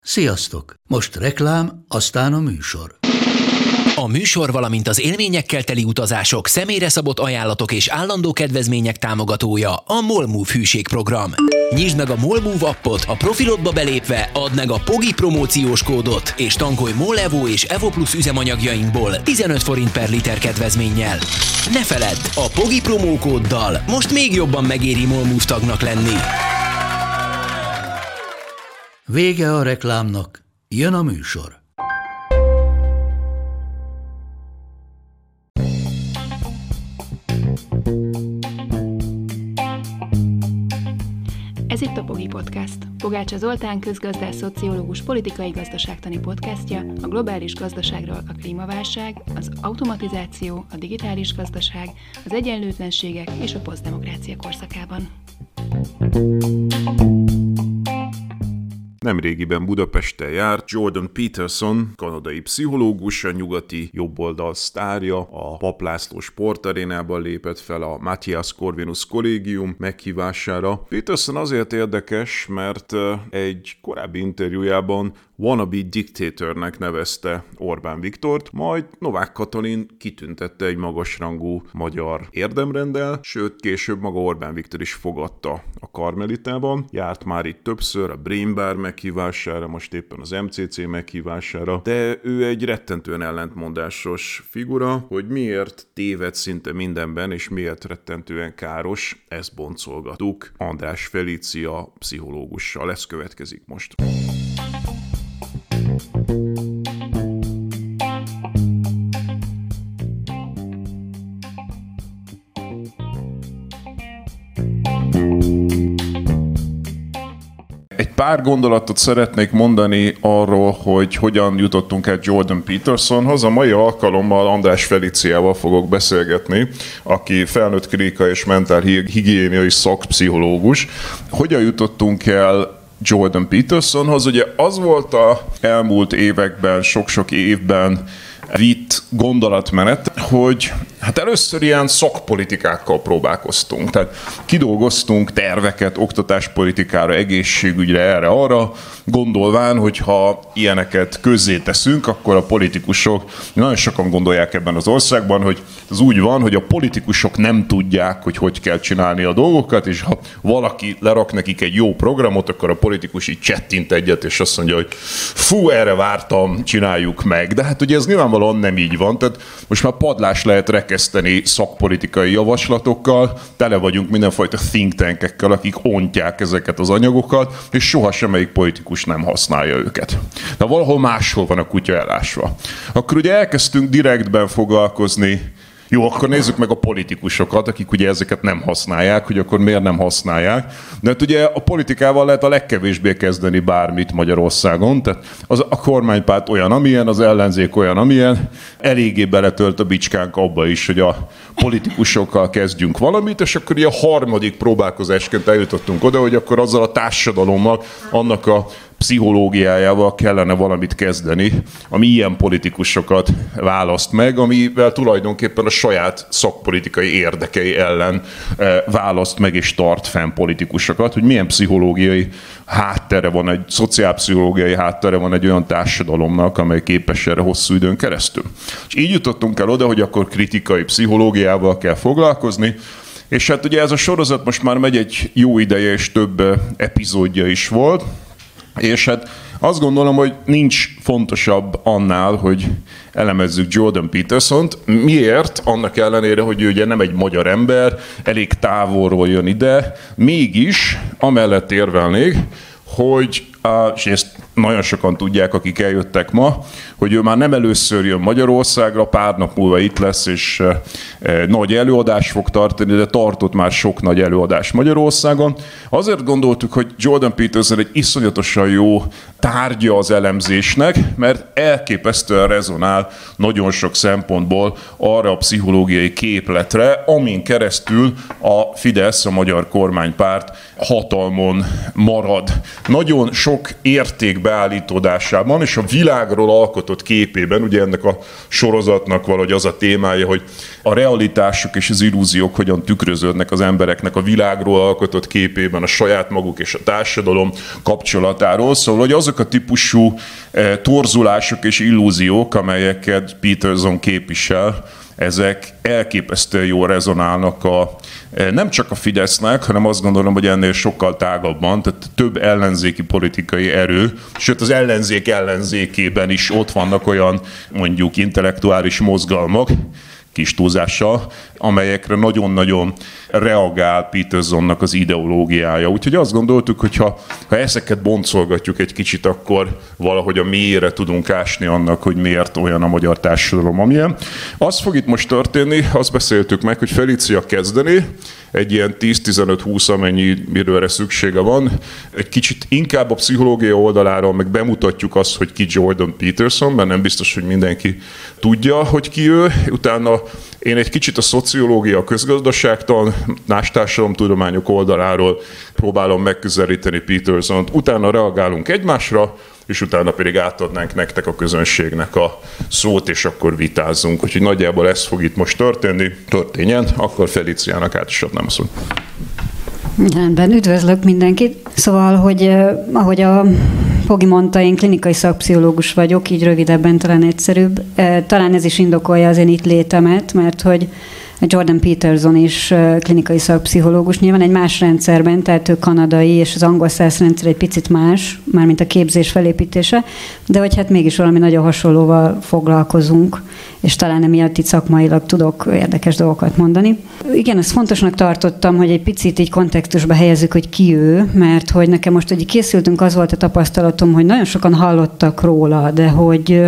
Sziasztok! Most reklám, aztán a műsor. A műsor, valamint az élményekkel teli utazások, személyre szabott ajánlatok és állandó kedvezmények támogatója a MOL Move hűségprogram. Nyisd meg a MOL Move appot, a profilodba belépve add meg a POGI promóciós kódot, és tankolj MOL Evo és Evo Plus üzemanyagjainkból 15 forint per liter kedvezménnyel. Ne feledd, a POGI promókóddal most még jobban megéri MOL Move tagnak lenni. Vége a reklámnak, jön a műsor. Ez itt a POGI Podcast. Pogácsa Zoltán közgazdász, szociológus, politikai gazdaságtani podcastja a globális gazdaságról, a klímaválság, az automatizáció, a digitális gazdaság, az egyenlőtlenségek és a posztdemokrácia korszakában. Nemrégiben Budapesten járt Jordan Peterson, kanadai pszichológus, a nyugati jobboldal sztárja, a Papp László sportarénában lépett fel a Matthias Corvinus kollégium meghívására. Peterson azért érdekes, mert egy korábbi interjújában wannabe dictatornek nevezte Orbán Viktort, majd Novák Katalin kitüntette egy magasrangú magyar érdemrenddel, sőt később maga Orbán Viktor is fogadta a Karmelitában, járt már itt többször a Brain Bar meghívására, most éppen az MCC meghívására, de ő egy rettentően ellentmondásos figura, hogy miért téved szinte mindenben, és miért rettentően káros, ezt boncolgattuk András Felícia pszichológussal. Ez következik most. Egy pár gondolatot szeretnék mondani arról, hogy hogyan jutottunk el Jordan Petersonhoz. A mai alkalommal András Felíciával fogok beszélgetni, aki felnőtt klinika és mentálhigiéniai szakpszichológus. Hogyan jutottunk el Jordan Petersonhoz? Ugye az volt az elmúlt években, sok-sok évben vitt gondolatmenet, hogy hát először ilyen szakpolitikákkal próbálkoztunk. Tehát kidolgoztunk terveket oktatáspolitikára, egészségügyre, erre-arra, gondolván, hogyha ilyeneket közzéteszünk, akkor a politikusok, nagyon sokan gondolják ebben az országban, hogy ez úgy van, hogy a politikusok nem tudják, hogy kell csinálni a dolgokat, és ha valaki lerak nekik egy jó programot, akkor a politikus így csettint egyet, és azt mondja, hogy fú, erre vártam, csináljuk meg. De hát ugye ez nyilvánvalóan nem így van, tehát most már padlás lehet rekeszteni szakpolitikai javaslatokkal, tele vagyunk mindenfajta think tankekkel, akik ontják ezeket az anyagokat, és soha semmelyik politikus nem használja őket. De valahol máshol van a kutya elásva. Akkor ugye elkezdtünk direktben foglalkozni. Jó, akkor nézzük meg a politikusokat, akik ugye ezeket nem használják, hogy akkor miért nem használják. De hát ugye a politikával lehet a legkevésbé kezdeni bármit Magyarországon, tehát a kormánypárt olyan, amilyen, az ellenzék olyan, amilyen, eléggé beletölt a bicskánk abba is, hogy a politikusokkal kezdjünk valamit, és akkor ugye a harmadik próbálkozásként eljutottunk oda, hogy akkor azzal a társadalommal, annak a pszichológiájával kellene valamit kezdeni, ami ilyen politikusokat választ meg, amivel tulajdonképpen a saját szakpolitikai érdekei ellen választ meg és tart fenn politikusokat, hogy milyen pszichológiai háttere van, egy szociálpszichológiai háttere van egy olyan társadalomnak, amely képes erre hosszú időn keresztül. És így jutottunk el oda, hogy akkor kritikai pszichológiával kell foglalkozni, és hát ugye ez a sorozat most már megy egy jó ideje, és több epizódja is volt, és hát azt gondolom, hogy nincs fontosabb annál, hogy elemezzük Jordan Petersont. Miért? Annak ellenére, hogy ő ugye nem egy magyar ember, elég távolról jön ide, mégis amellett érvelnék, hogy, és ezt nagyon sokan tudják, akik eljöttek ma, hogy ő már nem először jön Magyarországra, pár nap múlva itt lesz, és nagy előadást fog tartani, de tartott már sok nagy előadást Magyarországon. Azért gondoltuk, hogy Jordan Peterson egy iszonyatosan jó tárgya az elemzésnek, mert elképesztően rezonál nagyon sok szempontból arra a pszichológiai képletre, amin keresztül a Fidesz, a magyar kormánypárt hatalmon marad. Nagyon sok értékbeállítódásában és a világról alkotott képében, ugye ennek a sorozatnak valahogy az a témája, hogy a realitások és az illúziók hogyan tükröződnek az embereknek a világról alkotott képében, a saját maguk és a társadalom kapcsolatáról. Szóval, hogy az azok a típusú torzulások és illúziók, amelyeket Peterson képvisel, ezek elképesztően jól rezonálnak nem csak a Fidesznek, hanem azt gondolom, hogy ennél sokkal tágabban, tehát több ellenzéki politikai erő, sőt az ellenzék ellenzékében is ott vannak olyan mondjuk intellektuális mozgalmak, kis túlzással, amelyekre nagyon-nagyon reagál Petersonnak az ideológiája. Úgyhogy azt gondoltuk, hogy ha ezeket boncolgatjuk egy kicsit, akkor valahogy a mélyére tudunk ásni annak, hogy miért olyan a magyar társadalom, amilyen. Az fog itt most történni, azt beszéltük meg, hogy Felicia kezdeni, egy ilyen 10-15-20, amennyi időre szüksége van. Egy kicsit inkább a pszichológia oldaláról meg bemutatjuk azt, hogy ki Jordan Peterson, mert nem biztos, hogy mindenki tudja, hogy ki ő. Utána én egy kicsit a szociológia, a közgazdaságtan, más társadalomtudományok oldaláról próbálom megközelíteni Petersont. Utána reagálunk egymásra, és utána pedig átadnánk nektek a közönségnek a szót, és akkor vitázzunk. Úgyhogy nagyjából ez fog itt most történjen, akkor Feliciának át is adnám a szót. Rendben, üdvözlök mindenkit. Szóval, hogy ahogy a Pogi mondta, én klinikai szakpszichológus vagyok, így rövidebben talán egyszerűbb. Talán ez is indokolja az én itt létemet, mert hogy Jordan Peterson is klinikai szakpszichológus, nyilván egy más rendszerben, tehát ő kanadai, és az angol száz rendszer egy picit más, mármint a képzés felépítése, de hogy hát mégis valami nagyon hasonlóval foglalkozunk, és talán emiatt itt szakmailag tudok érdekes dolgokat mondani. Igen, ezt fontosnak tartottam, hogy egy picit így kontextusba helyezzük, hogy ki ő, mert hogy nekem most, hogy készültünk, az volt a tapasztalatom, hogy nagyon sokan hallottak róla, de hogy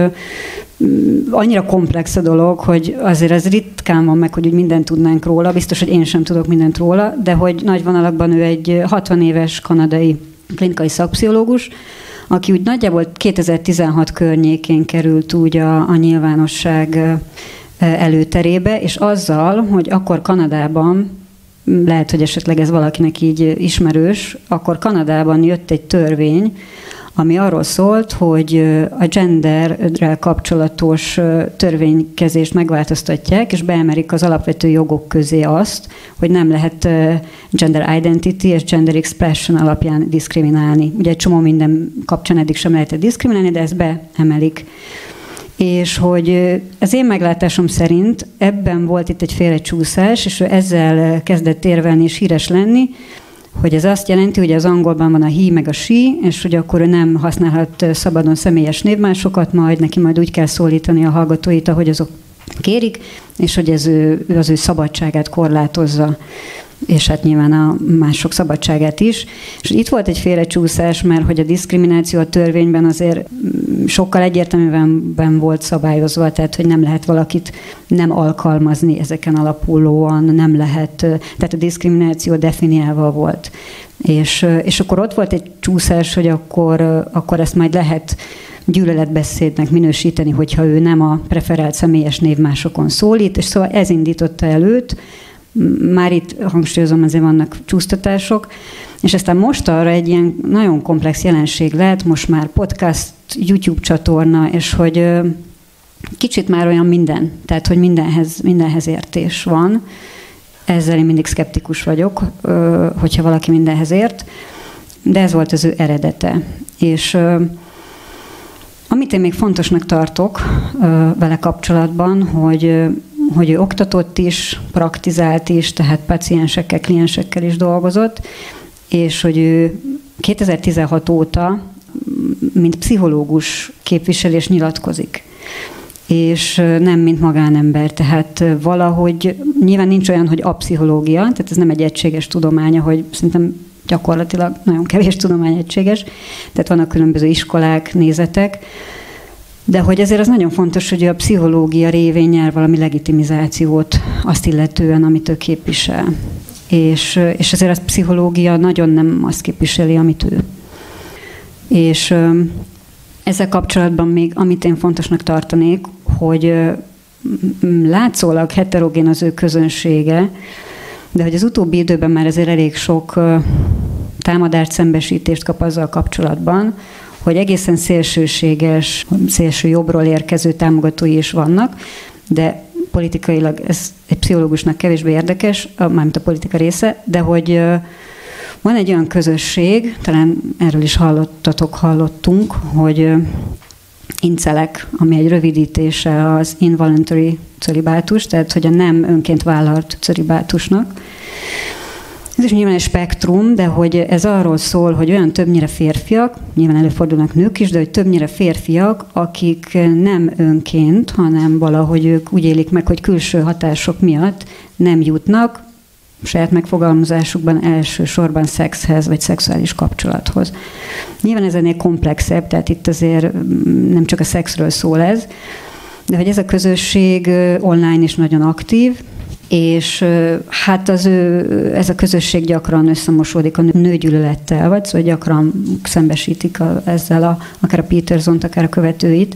annyira komplex a dolog, hogy azért ez ritkán van meg, hogy úgy mindent tudnánk róla, biztos, hogy én sem tudok mindent róla, de hogy nagy vonalakban ő egy 60 éves kanadai klinikai szakpszichológus, aki úgy nagyjából 2016 környékén került úgy a nyilvánosság előterébe, és azzal, hogy akkor Kanadában, lehet, hogy esetleg ez valakinek így ismerős, akkor Kanadában jött egy törvény, ami arról szólt, hogy a genderrel kapcsolatos törvénykezést megváltoztatják, és beemelik az alapvető jogok közé azt, hogy nem lehet gender identity és gender expression alapján diszkriminálni. Ugye egy csomó minden kapcsán eddig sem lehetett diszkriminálni, de ezt beemelik. És hogy az én meglátásom szerint ebben volt itt egy félrecsúszás, és ő ezzel kezdett érvelni és híres lenni, hogy ez azt jelenti, hogy az angolban van a he meg a she, és hogy akkor ő nem használhat szabadon személyes névmásokat, neki majd úgy kell szólítani a hallgatóit, ahogy azok kérik, és hogy ez az ő szabadságát korlátozza, és hát nyilván a mások szabadságát is. És itt volt egy félrecsúszás, mert hogy a diszkrimináció a törvényben azért sokkal egyértelműen volt szabályozva, tehát hogy nem lehet valakit nem alkalmazni ezeken alapulóan, nem lehet, tehát a diszkrimináció definiálva volt. És akkor ott volt egy csúszás, hogy akkor ezt majd lehet gyűlöletbeszédnek minősíteni, hogyha ő nem a preferált személyes névmásokon szólít, és szóval ez indította előtt. Már itt hangsúlyozom, azért vannak csúsztatások, és aztán most arra egy ilyen nagyon komplex jelenség lehet, most már podcast, YouTube csatorna, és hogy kicsit már olyan minden, tehát hogy mindenhez értés van. Ezzel én mindig szkeptikus vagyok, hogyha valaki mindenhez ért, de ez volt az ő eredete. És amit én még fontosnak tartok vele kapcsolatban, hogy ő oktatott is, praktizált is, tehát paciensekkel, kliensekkel is dolgozott, és hogy ő 2016 óta, mint pszichológus képvisel és nyilatkozik. És nem mint magánember, tehát valahogy nyilván nincs olyan, hogy apszichológia, tehát ez nem egy egységes tudománya, hogy szerintem gyakorlatilag nagyon kevés tudomány egységes, tehát vannak különböző iskolák, nézetek, de hogy ezért az nagyon fontos, hogy a pszichológia révén nyer valami legitimizációt azt illetően, amit ő képvisel. És ezért a pszichológia nagyon nem azt képviseli, amit ő. És ezzel kapcsolatban még, amit én fontosnak tartanék, hogy látszólag heterogén az ő közönsége, de hogy az utóbbi időben már ezért elég sok támadást, szembesítést kap azzal kapcsolatban, hogy egészen szélsőséges, szélső jobbról érkező támogatói is vannak, de politikailag ez egy pszichológusnak kevésbé érdekes, mármint a politika része, de hogy Van egy olyan közösség, talán erről is hallottunk, hogy incelek, ami egy rövidítése az involuntary cölibátus, tehát hogy a nem önként vállalt cölibátusnak. Ez is nyilván egy spektrum, de hogy ez arról szól, hogy olyan többnyire férfiak, nyilván előfordulnak nők is, de hogy többnyire férfiak, akik nem önként, hanem valahogy ők úgy élik meg, hogy külső hatások miatt nem jutnak saját megfogalmazásukban elsősorban szexhez vagy szexuális kapcsolathoz. Nyilván ez ennél komplexebb, tehát itt azért nem csak a szexről szól ez, de hogy ez a közösség online is nagyon aktív, és hát ez a közösség gyakran összemosódik a nőgyűlölettel, vagy szóval gyakran szembesítik ezzel akár a Petersont, akár a követőit.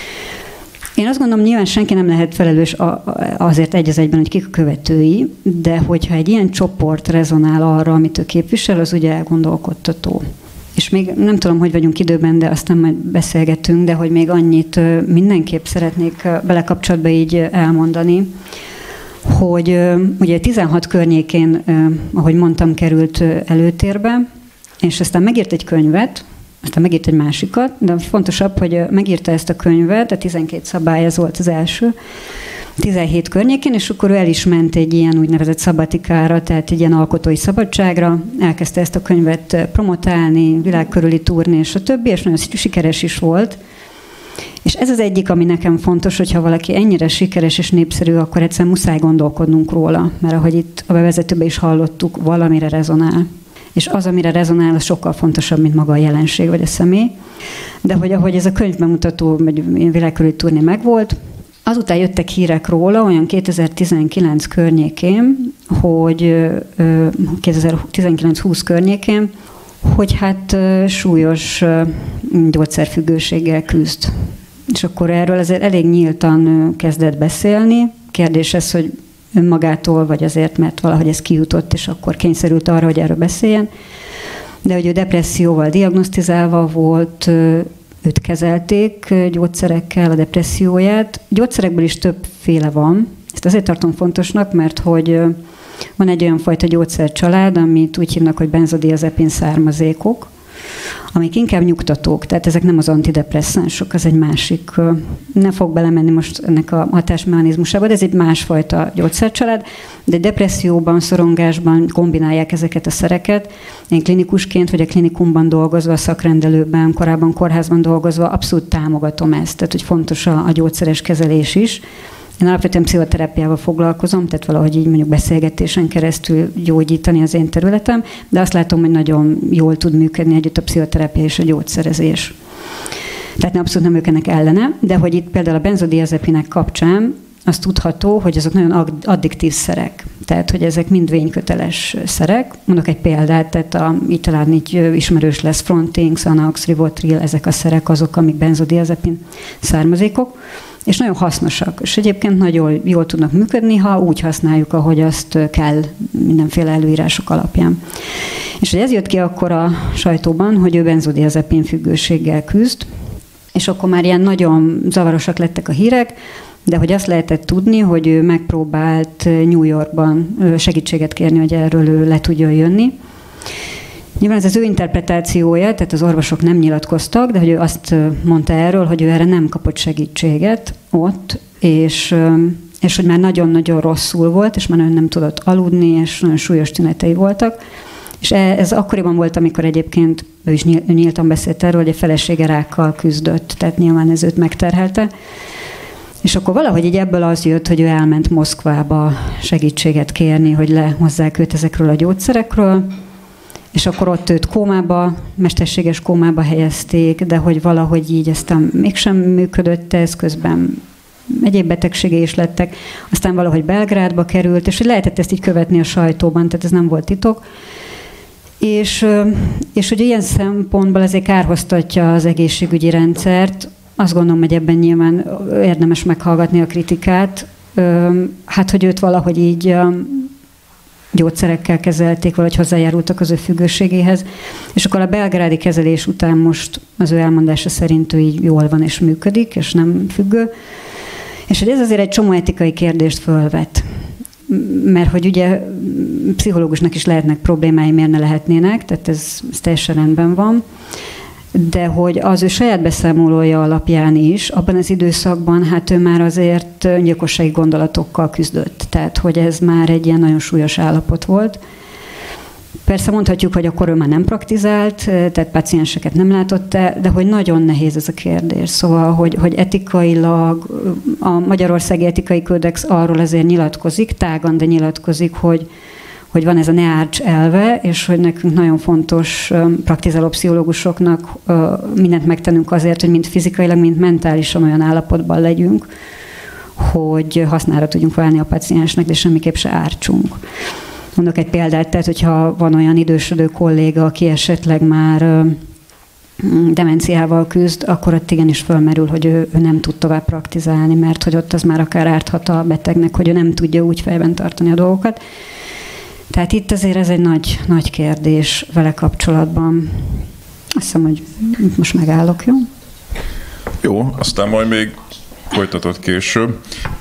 Én azt gondolom, nyilván senki nem lehet felelős azért egy az egyben, hogy kik a követői, de hogyha egy ilyen csoport rezonál arra, amit ő képvisel, az ugye elgondolkodtató. És még nem tudom, hogy vagyunk időben, de aztán majd beszélgetünk, de hogy még annyit mindenképp szeretnék vele kapcsolatban így elmondani, hogy ugye 16 környékén, ahogy mondtam, került előtérbe, és aztán megírt egy könyvet, aztán megírt egy másikat, de fontosabb, hogy megírta ezt a könyvet, a 12 szabály, ez volt az első, 17 környékén, és akkor ő el is ment egy ilyen úgynevezett szabatikára, tehát egy ilyen alkotói szabadságra, elkezdte ezt a könyvet promotálni, világkörüli turné, és a többi, és nagyon sikeres is volt. És ez az egyik, ami nekem fontos, hogyha valaki ennyire sikeres és népszerű, akkor egyszerűen muszáj gondolkodnunk róla, mert ahogy itt a bevezetőben is hallottuk, valamire rezonál. És az, amire rezonál, az sokkal fontosabb, mint maga a jelenség vagy a személy. De hogy ahogy ez a könyvbemutató, vagy világkörüli turné megvolt, azután jöttek hírek róla, olyan 2019 környékén, hogy 2019-20 környékén, hogy hát súlyos gyógyszerfüggőséggel küzd. És akkor erről azért elég nyíltan kezdett beszélni. Kérdés ez, hogy önmagától, vagy azért, mert valahogy ez kijutott, és akkor kényszerült arra, hogy erről beszéljen. De hogy ő depresszióval diagnosztizálva volt, őt kezelték gyógyszerekkel a depresszióját. Gyógyszerekből is többféle van. Ezt azért tartom fontosnak, mert hogy van egy olyan fajta gyógyszercsalád, amit úgy hívnak, hogy benzodiazepin származékok, amik inkább nyugtatók, tehát ezek nem az antidepresszánsok, az egy másik, nem fog belemenni most ennek a hatásmechanizmusába, de ez egy másfajta gyógyszercsalád, de depresszióban, szorongásban kombinálják ezeket a szereket. Én klinikusként, vagy a klinikumban dolgozva, szakrendelőben, korábban kórházban dolgozva abszolút támogatom ezt, tehát hogy fontos a gyógyszeres kezelés is. Én alapvetően pszichoterápiával foglalkozom, tehát valahogy így mondjuk beszélgetésen keresztül gyógyítani az én területem, de azt látom, hogy nagyon jól tud működni együtt a pszichoterápia és a gyógyszerezés. Tehát abszolút nem működnek ellene, de hogy itt például a benzodiazepinek kapcsán az tudható, hogy azok nagyon addiktív szerek. Tehát, hogy ezek mind vényköteles szerek. Mondok egy példát, tehát így talán így ismerős lesz Fronting, Xanax, Rivotril, ezek a szerek azok, amik benzodiazepin származékok, és nagyon hasznosak. És egyébként nagyon jól tudnak működni, ha úgy használjuk, ahogy azt kell mindenféle előírások alapján. És hogy ez jött ki akkor a sajtóban, hogy ő benzodiazepin függőséggel küzd, és akkor már ilyen nagyon zavarosak lettek a hírek, de hogy azt lehetett tudni, hogy ő megpróbált New Yorkban segítséget kérni, hogy erről ő le tudjon jönni. Nyilván ez az ő interpretációja, tehát az orvosok nem nyilatkoztak, de hogy ő azt mondta erről, hogy ő erre nem kapott segítséget ott, és hogy már nagyon-nagyon rosszul volt, és már nagyon nem tudott aludni, és nagyon súlyos tünetei voltak. És ez akkoriban volt, amikor egyébként ő is nyíltan beszélt erről, hogy a felesége rákkal küzdött, tehát nyilván ez őt megterhelte. És akkor valahogy így ebből az jött, hogy ő elment Moszkvába segítséget kérni, hogy lehozzák őt ezekről a gyógyszerekről, és akkor ott őt kómába, mesterséges kómába helyezték, de hogy valahogy így aztán mégsem működött ez, közben egyéb betegségei is lettek, aztán valahogy Belgrádba került, és hogy lehetett ezt így követni a sajtóban, tehát ez nem volt titok. És hogy ilyen szempontból ezért kárhoztatja az egészségügyi rendszert. Azt gondolom, hogy ebben nyilván érdemes meghallgatni a kritikát, hát hogy őt valahogy így gyógyszerekkel kezelték, valahogy hozzájárultak az ő függőségéhez. És akkor a belgrádi kezelés után most az ő elmondása szerint ő így jól van és működik, és nem függő. És hogy ez azért egy csomó etikai kérdést fölvet. mert hogy ugye pszichológusnak is lehetnek problémái, miért ne lehetnének, tehát ez teljesen rendben van. De hogy az ő saját beszámolója alapján is, abban az időszakban, hát ő már azért öngyilkossági gondolatokkal küzdött. Tehát, hogy ez már egy ilyen nagyon súlyos állapot volt. Persze mondhatjuk, hogy akkor ő már nem praktizált, tehát pácienseket nem látott el, de hogy nagyon nehéz ez a kérdés. Szóval, hogy etikailag, a Magyarországi Etikai Kódex arról azért nyilatkozik, tágan, de nyilatkozik, hogy van ez a ne árts elve, és hogy nekünk nagyon fontos praktizáló pszichológusoknak mindent megtennünk azért, hogy mind fizikailag, mind mentálisan olyan állapotban legyünk, hogy hasznára tudjunk válni a paciensnek, de semmiképp se ártsunk. Mondok egy példát, tehát hogyha van olyan idősödő kolléga, aki esetleg már demenciával küzd, akkor ott igenis fölmerül, hogy ő nem tud tovább praktizálni, mert hogy ott az már akár árthat a betegnek, hogy ő nem tudja úgy fejben tartani a dolgokat. Tehát itt azért ez egy nagy kérdés vele kapcsolatban. Azt hiszem, hogy most megállok, jó? Jó, aztán majd még folytatod később.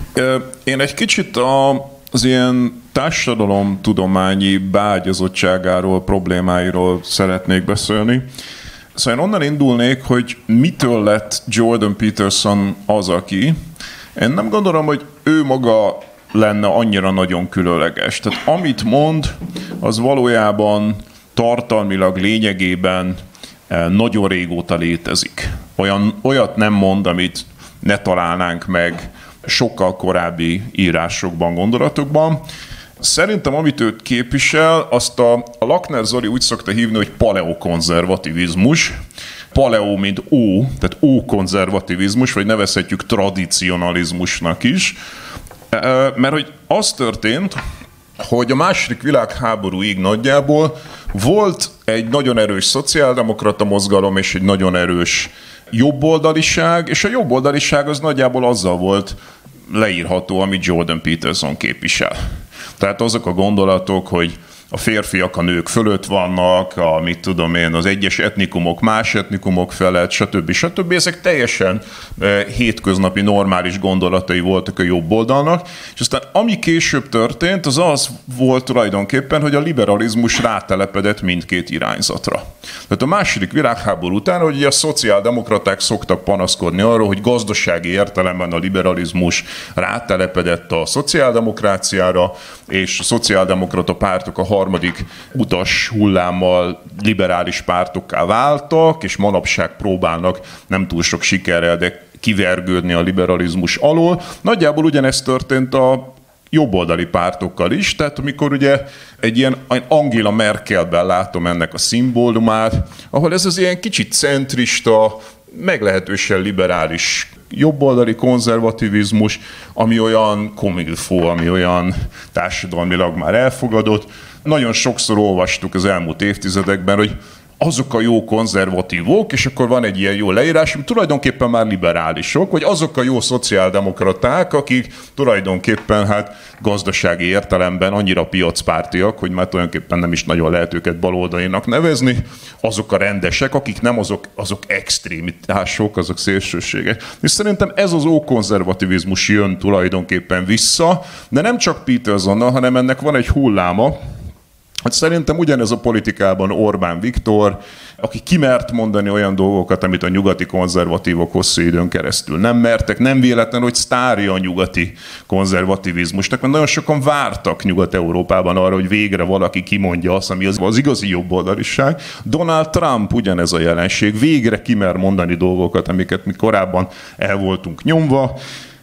Én egy kicsit az ilyen társadalomtudományi beágyazottságáról, problémáiról szeretnék beszélni. Szóval én onnan indulnék, hogy mitől lett Jordan Peterson az, aki. Én nem gondolom, hogy ő maga lenne annyira nagyon különleges. Tehát amit mond, az valójában tartalmilag lényegében nagyon régóta létezik. Olyat nem mond, amit ne találnánk meg sokkal korábbi írásokban, gondolatokban. Szerintem, amit őt képvisel, azt a Lakner Zoli úgy szokta hívni, hogy paleokonzervativizmus. Paleo, mint ó, tehát ókonzervativizmus, vagy nevezhetjük tradicionalizmusnak is. Mert hogy az történt, hogy a második világháborúig nagyjából volt egy nagyon erős szociáldemokrata mozgalom és egy nagyon erős jobboldaliság, és a jobboldaliság az nagyjából azzal volt leírható, amit Jordan Peterson képvisel. Tehát azok a gondolatok, hogy a férfiak a nők fölött vannak, az egyes etnikumok más etnikumok felett, stb. Ezek teljesen hétköznapi, normális gondolatai voltak a jobb oldalnak, és aztán ami később történt, az volt tulajdonképpen, hogy a liberalizmus rátelepedett mindkét irányzatra. Tehát a második világháború után, hogy a szociáldemokraták szoktak panaszkodni arról, hogy gazdasági értelemben a liberalizmus rátelepedett a szociáldemokráciára, és a szociáldemokrata pártok a harmadik utas hullámmal liberális pártokká váltak, és manapság próbálnak nem túl sok sikerrel, de kivergődni a liberalizmus alól. Nagyjából ugyanezt történt a jobboldali pártokkal is, tehát amikor ugye egy ilyen Angela Merkelben látom ennek a szimbólumát, ahol ez az ilyen kicsit centrista, meglehetősen liberális jobboldali konzervativizmus, ami olyan comilfo, ami olyan társadalmilag már elfogadott. Nagyon sokszor olvastuk az elmúlt évtizedekben, hogy azok a jó konzervatívok, és akkor van egy ilyen jó leírás, hogy tulajdonképpen már liberálisok, vagy azok a jó szociáldemokraták, akik tulajdonképpen gazdasági értelemben annyira piacpártiak, hogy már tulajdonképpen nem is nagyon lehet őket baloldalinak nevezni, azok a rendesek, akik nem azok extrémitások, azok szélsőségek. És szerintem ez az ókonzervativizmus jön tulajdonképpen vissza, de nem csak Petersonnal, hanem ennek van egy hulláma. Hát szerintem ugyanez a politikában Orbán Viktor, aki kimert mondani olyan dolgokat, amit a nyugati konzervatívok hosszú időn keresztül nem mertek, nem véletlen, hogy sztárja a nyugati konzervativizmusnak, mert nagyon sokan vártak Nyugat-Európában arra, hogy végre valaki kimondja azt, ami az igazi jobboldaliság. Donald Trump ugyanez a jelenség, végre kimer mondani dolgokat, amiket mi korábban el voltunk nyomva.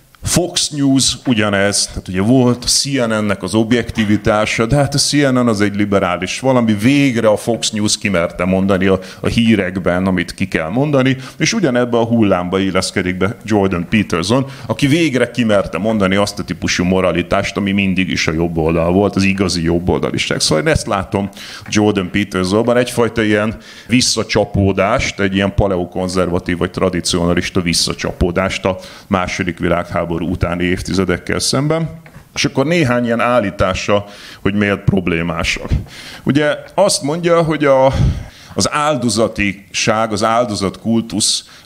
Fox News ugyanez, tehát ugye volt a CNN-nek az objektivitása, de hát a CNN az egy liberális valami, végre a Fox News kimerte mondani a hírekben, amit ki kell mondani, és ugyanebben a hullámba illeszkedik be Jordan Peterson, aki végre kimerte mondani azt a típusú moralitást, ami mindig is a jobb oldal volt, az igazi jobb oldaliság. Szóval én ezt látom Jordan Petersonban, egyfajta ilyen visszacsapódást, egy ilyen paleokonzervatív vagy tradicionalista visszacsapódást a második világháború utáni évtizedekkel szemben. És akkor néhány ilyen állítása, hogy miért problémásak. Ugye azt mondja, hogy az áldozatiság, az áldozatkultusz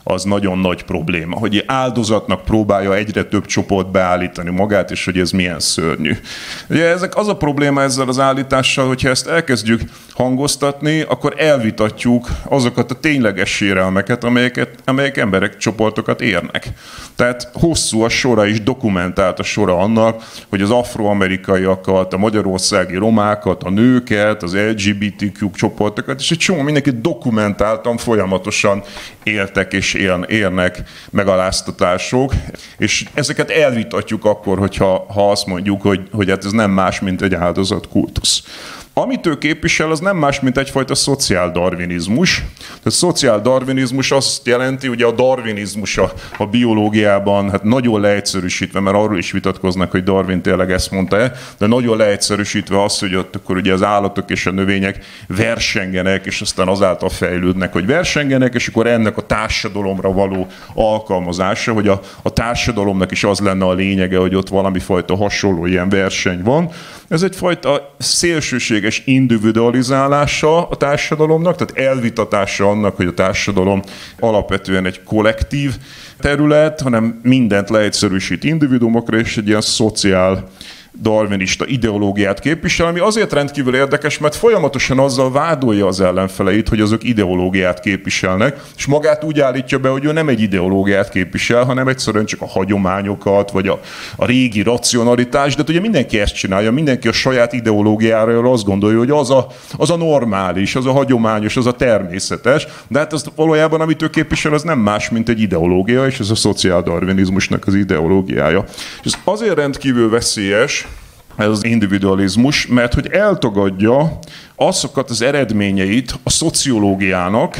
az nagyon nagy probléma. Hogy áldozatnak próbálja egyre több csoport beállítani magát, és hogy ez milyen szörnyű. Ugye az a probléma ezzel az állítással, hogyha ezt elkezdjük hangoztatni, akkor elvitatjuk azokat a tényleges sérelmeket, amelyek emberek csoportokat érnek. Tehát hosszú a sora és dokumentált a sora annak, hogy az afroamerikaiakat, a magyarországi romákat, a nőket, az LGBTQ csoportokat, és egy csomó mindenki dokumentáltan folyamatosan éltek és élnek megaláztatások, és ezeket elvitatjuk akkor, hogyha azt mondjuk, hogy hát ez nem más, mint egy áldozatkultusz. Amit ő képvisel, az nem más, mint egyfajta szociáldarwinizmus. A szociáldarwinizmus azt jelenti, ugye a darwinizmus a biológiában, hát nagyon leegyszerűsítve, mert arról is vitatkoznak, hogy Darwin tényleg ezt mondta-e, de nagyon leegyszerűsítve az, hogy ott akkor ugye az állatok és a növények versengenek, és aztán azáltal fejlődnek, hogy versengenek, és akkor ennek a társadalomra való alkalmazása, hogy a társadalomnak is az lenne a lényege, hogy ott valami fajta hasonló ilyen verseny van. Ez egyfajta szélsőséges individualizálása a társadalomnak, tehát elvitatása annak, hogy a társadalom alapvetően egy kollektív terület, hanem mindent leegyszerűsít individuumokra, és egy ilyen szociál darwinista ideológiát képvisel, ami azért rendkívül érdekes, mert folyamatosan azzal vádolja az ellenfeleit, hogy azok ideológiát képviselnek, és magát úgy állítja be, hogy ő nem egy ideológiát képvisel, hanem egyszerűen csak a hagyományokat, vagy a régi racionalitást, de ugye mindenki ezt csinálja, mindenki a saját ideológiára azt gondolja, hogy az a normális, az a hagyományos, az a természetes, de hát az valójában, amit ő képvisel, az nem más, mint egy ideológia, és ez a szociáldarwinizmusnak az ideológiája. És ez azért rendkívül veszélyes, ez az individualizmus, mert hogy eltagadja azokat az eredményeit a szociológiának,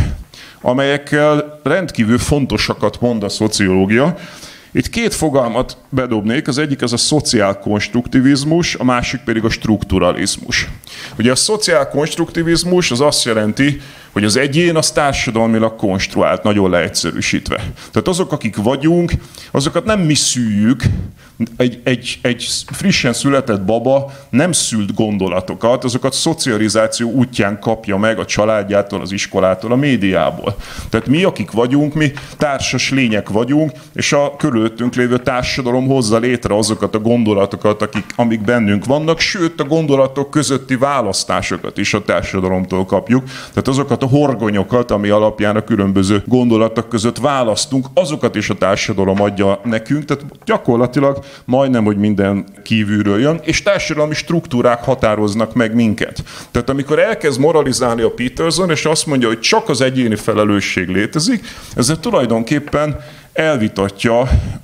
amelyekkel rendkívül fontosakat mond a szociológia. Itt két fogalmat bedobnék, az egyik az a szociálkonstruktivizmus, a másik pedig a strukturalizmus. Ugye a szociálkonstruktivizmus az azt jelenti, hogy az egyén az társadalmilag konstruált, nagyon leegyszerűsítve. Tehát azok, akik vagyunk, azokat nem mi szüljük, egy frissen született baba nem szült gondolatokat, azokat szocializáció útján kapja meg a családjától, az iskolától, a médiából. Tehát mi, akik vagyunk, mi társas lények vagyunk, és a körülöttünk lévő társadalom hozza létre azokat a gondolatokat, amik bennünk vannak, sőt a gondolatok közötti választásokat is a társadalomtól kapjuk. Tehát azokat a horgonyokat, ami alapján a különböző gondolatok között választunk, azokat is a társadalom adja nekünk, tehát gyakorlatilag majdnem, hogy minden kívülről jön, és társadalmi struktúrák határoznak meg minket. Tehát amikor elkezd moralizálni a Peterson, és azt mondja, hogy csak az egyéni felelősség létezik, ezzel tulajdonképpen elvitatja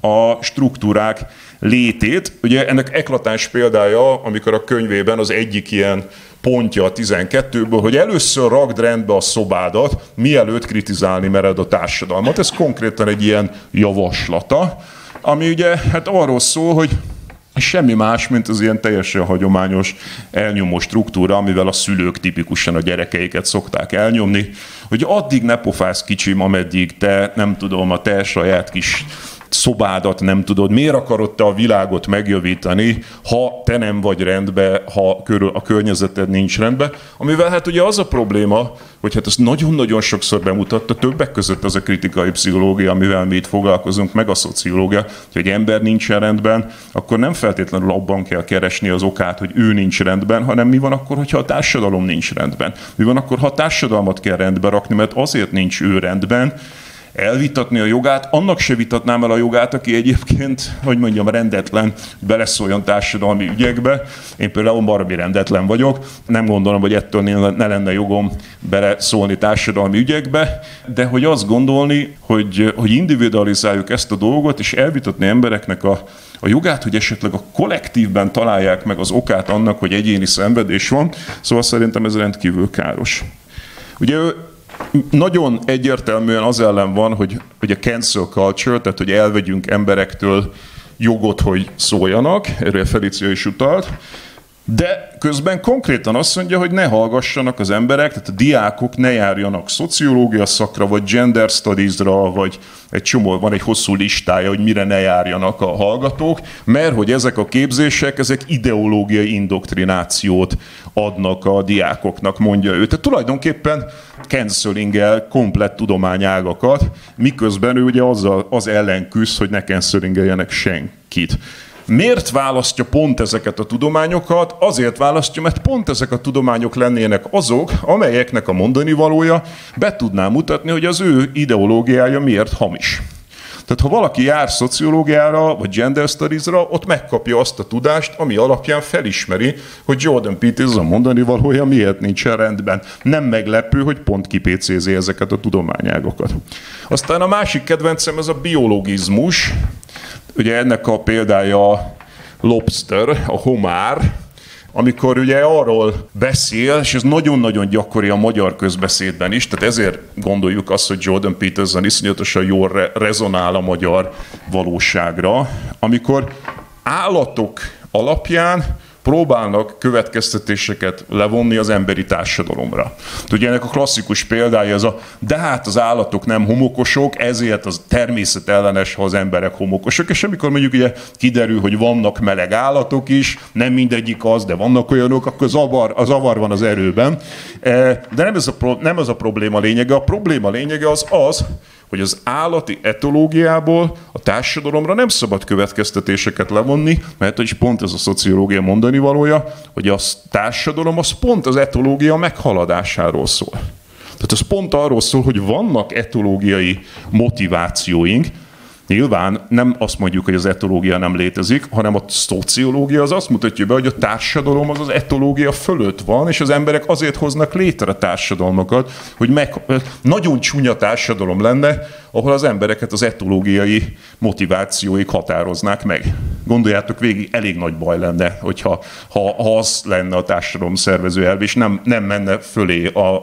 a struktúrák létét. Ugye ennek eklatáns példája, amikor a könyvében az egyik ilyen pontja a 12-ből, hogy először rakd rendbe a szobádat, mielőtt kritizálni mered a társadalmat. Ez konkrétan egy ilyen javaslata, ami ugye hát arról szól, hogy semmi más, mint az ilyen teljesen hagyományos elnyomó struktúra, amivel a szülők tipikusan a gyerekeiket szokták elnyomni, hogy addig ne pofázz kicsim, ameddig te, nem tudom, a te saját kis szobádat nem tudod, miért akarod te a világot megjavítani, ha te nem vagy rendben, ha a környezeted nincs rendben, amivel hát ugye az a probléma, hogy hát ezt nagyon-nagyon sokszor bemutatta, többek között az a kritikai pszichológia, amivel mi itt foglalkozunk, meg a szociológia, hogy egy ember nincsen rendben, akkor nem feltétlenül abban kell keresni az okát, hogy ő nincs rendben, hanem mi van akkor, hogyha a társadalom nincs rendben. Mi van akkor, ha a társadalmat kell rendbe rakni, mert azért nincs ő rendben, elvitatni a jogát, annak se vitatnám el a jogát, aki egyébként, hogy mondjam, rendetlen, beleszóljon társadalmi ügyekbe. Én például baromi rendetlen vagyok, nem gondolom, hogy ettől ne lenne jogom beleszólni társadalmi ügyekbe, de hogy azt gondolni, hogy individualizáljuk ezt a dolgot, és elvitatni embereknek a jogát, hogy esetleg a kollektívben találják meg az okát annak, hogy egyéni szenvedés van, szóval szerintem ez rendkívül káros. Ugye nagyon egyértelműen az ellen van, hogy a cancel culture, tehát hogy elvegyünk emberektől jogot, hogy szóljanak, erre Felicia is utalt, De közben konkrétan azt mondja, hogy ne hallgassanak az emberek, tehát a diákok ne járjanak szociológia szakra, vagy gender studies-ra, vagy egy csomó, van egy hosszú listája, hogy mire ne járjanak a hallgatók, mert hogy ezek a képzések, ezek ideológiai indoktrinációt adnak a diákoknak, mondja ő. Tehát tulajdonképpen canceling-el komplett tudományágakat, miközben ő ugye az ellen küzd, hogy ne cancelingeljenek senkit. Miért választja pont ezeket a tudományokat? Azért választja, mert pont ezek a tudományok lennének azok, amelyeknek a mondani valója be tudná mutatni, hogy az ő ideológiája miért hamis. Tehát ha valaki jár szociológiára, vagy gender studies-ra, ott megkapja azt a tudást, ami alapján felismeri, hogy Jordan Peterson mondani valója miért nincsen rendben. Nem meglepő, hogy pont kipécézi ezeket a tudományágokat. Aztán a másik kedvencem ez a biologizmus. Ugye ennek a példája a lobster, a homár, amikor ugye arról beszél, és ez nagyon-nagyon gyakori a magyar közbeszédben is, tehát ezért gondoljuk azt, hogy Jordan Peterson iszonyatosan jól rezonál a magyar valóságra, amikor állatok alapján próbálnak következtetéseket levonni az emberi társadalomra. Ugye ennek a klasszikus példája ez de hát az állatok nem homokosok, ezért az természetellenes, ha az emberek homokosok, és amikor mondjuk ugye kiderül, hogy vannak meleg állatok is, nem mindegyik az, de vannak olyanok, akkor a zavar van az erőben. De nem ez a probléma lényege. A probléma lényege az, hogy az állati etológiából a társadalomra nem szabad következtetéseket levonni, mert is pont ez a szociológia mondani valója, hogy a társadalom az pont az etológia meghaladásáról szól. Tehát az pont arról szól, hogy vannak etológiai motivációink. Nyilván nem azt mondjuk, hogy az etológia nem létezik, hanem a szociológia az azt mutatja be, hogy a társadalom az etológia fölött van, és az emberek azért hoznak létre társadalmakat, hogy nagyon csúnya társadalom lenne, ahol az embereket az etológiai motivációik határoznák meg. Gondoljátok végig, elég nagy baj lenne, hogyha az lenne a társadalom szervező elv, és nem menne fölé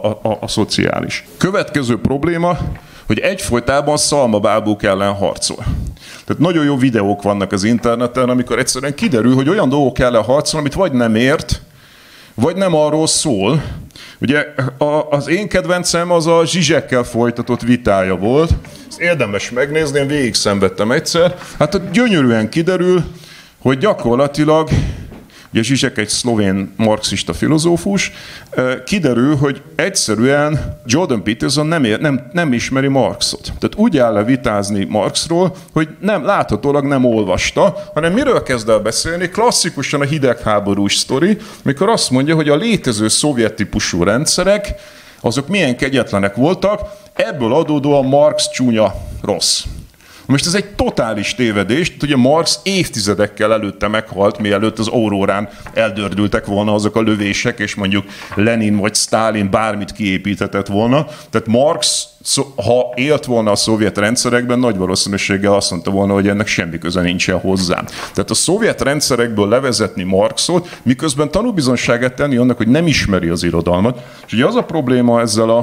a szociális. Következő probléma, hogy egyfolytában szalmabábúk ellen harcol. Tehát nagyon jó videók vannak az interneten, amikor egyszerűen kiderül, hogy olyan dolgok ellen harcol, amit vagy nem ért, vagy nem arról szól. Ugye az én kedvencem az a Zsizsekkel folytatott vitája volt. Ezt érdemes megnézni, én végig szenvedtem egyszer. Hát gyönyörűen kiderül, hogy gyakorlatilag ugye Zsizsek egy szlovén marxista filozófus, kiderül, hogy egyszerűen Jordan Peterson nem ismeri Marxot. Tehát úgy áll le vitázni Marxról, hogy láthatólag nem olvasta, hanem miről kezd el beszélni? Klasszikusan a hidegháborús sztori, mikor azt mondja, hogy a létező szovjet típusú rendszerek, azok milyen kegyetlenek voltak, ebből adódóan Marx csúnya rossz. Most ez egy totális tévedés, ugye Marx évtizedekkel előtte meghalt, mielőtt az Aurórán eldördültek volna azok a lövések, és mondjuk Lenin vagy Sztálin bármit kiépíthetett volna. Tehát Marx, ha élt volna a szovjet rendszerekben, nagy valószínűséggel azt mondta volna, hogy ennek semmi köze nincsen hozzám. Tehát a szovjet rendszerekből levezetni Marxot, miközben tanúbizonyságát tenni annak, hogy nem ismeri az irodalmat. És ugye az a probléma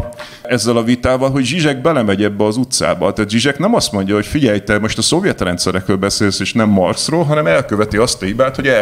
ezzel a vitával, hogy Zsizsek belemegy ebbe az utcába. Tehát Zsizsek nem azt mondja, hogy figyelj, te most a szovjet rendszerekről beszélsz, és nem Marxról, hanem elköveti azt a hibát, hogy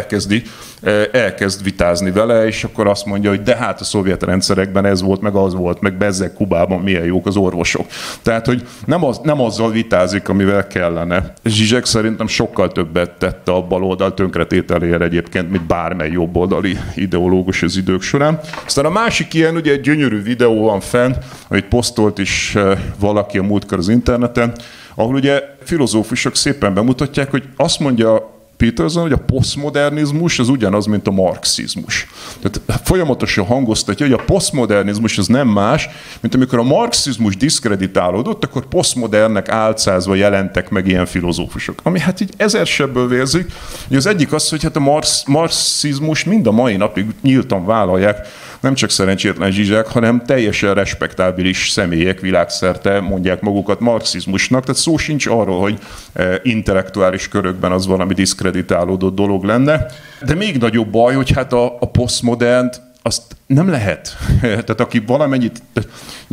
elkezd vitázni vele, és akkor azt mondja, hogy de hát a szovjet rendszerekben ez volt, meg az volt, meg bezzeg Kubában milyen jók az orvosok. Tehát, hogy nem azzal vitázik, amivel kellene. Zsizsek szerintem sokkal többet tette a baloldal tönkretételére egyébként, mint bármely jobboldali ideológus az idők során. Aztán a másik ilyen, ugye egy gyönyörű videó van fenn, amit posztolt is valaki a múltkor az interneten, ahol ugye filozófusok szépen bemutatják, hogy azt mondja Peterson, hogy a posztmodernizmus az ugyanaz, mint a marxizmus. Tehát folyamatosan hangoztatja, hogy a posztmodernizmus az nem más, mint amikor a marxizmus diszkreditálódott, akkor posztmodernnek álcázva jelentek meg ilyen filozófusok. Ami hát így ezersebből vérzik. Az egyik az, hogy hát a marxizmus mind a mai napig nyíltan vállalják, nem csak szerencsétlen Zsizsek, hanem teljesen respektábilis személyek világszerte mondják magukat marxizmusnak. Tehát szó sincs arról, hogy intellektuális körökben az valami diszkreditálódott dolog lenne. De még nagyobb baj, hogy hát a posztmodernt azt nem lehet. Tehát aki valamennyit...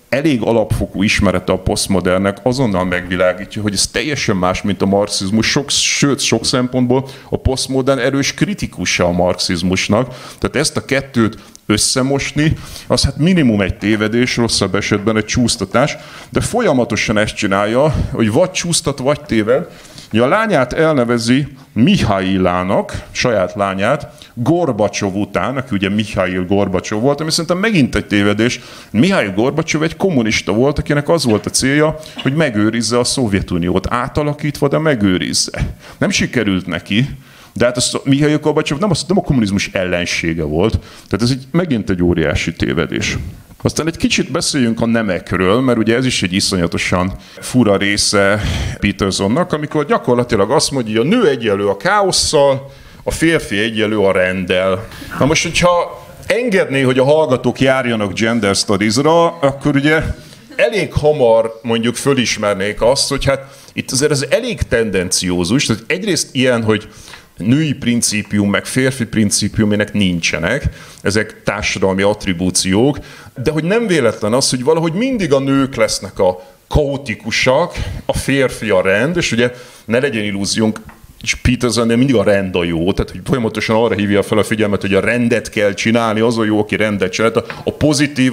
elég alapfokú ismerete a posztmodernnek azonnal megvilágítja, hogy ez teljesen más, mint a marxizmus, sőt, sok szempontból a posztmodern erős kritikusa a marxizmusnak. Tehát ezt a kettőt összemosni, az hát minimum egy tévedés, rosszabb esetben egy csúsztatás, de folyamatosan ezt csinálja, hogy vagy csúsztat, vagy téved. A lányát elnevezi Mihailának, saját lányát, Gorbacsov után, aki ugye Mihail Gorbacsov volt, ami szerintem megint egy tévedés. Mihail Gorbacsov egy kommunista volt, akinek az volt a célja, hogy megőrizze a Szovjetuniót, átalakítva, de megőrizze. Nem sikerült neki, de hát Mihail Gorbacsov nem a kommunizmus ellensége volt, tehát ez megint egy óriási tévedés. Aztán egy kicsit beszéljünk a nemekről, mert ugye ez is egy iszonyatosan fura része Petersonnak, amikor gyakorlatilag azt mondja, hogy a nő egyenlő a káosszal, a férfi egyenlő a renddel. Na most, hogyha engedné, hogy a hallgatók járjanak gender studies-ra, akkor ugye elég hamar mondjuk fölismernék azt, hogy hát itt azért ez elég tendenciózus, tehát egyrészt ilyen, hogy női principium, meg férfi principium, ennek nincsenek, ezek társadalmi attribúciók, de hogy nem véletlen az, hogy valahogy mindig a nők lesznek a kaotikusak, a férfi a rend, és ugye ne legyen illúziónk, és Petersonnél mindig a rend a jó, tehát hogy folyamatosan arra hívja fel a figyelmet, hogy a rendet kell csinálni, az a jó, aki rendet csinál. A pozitív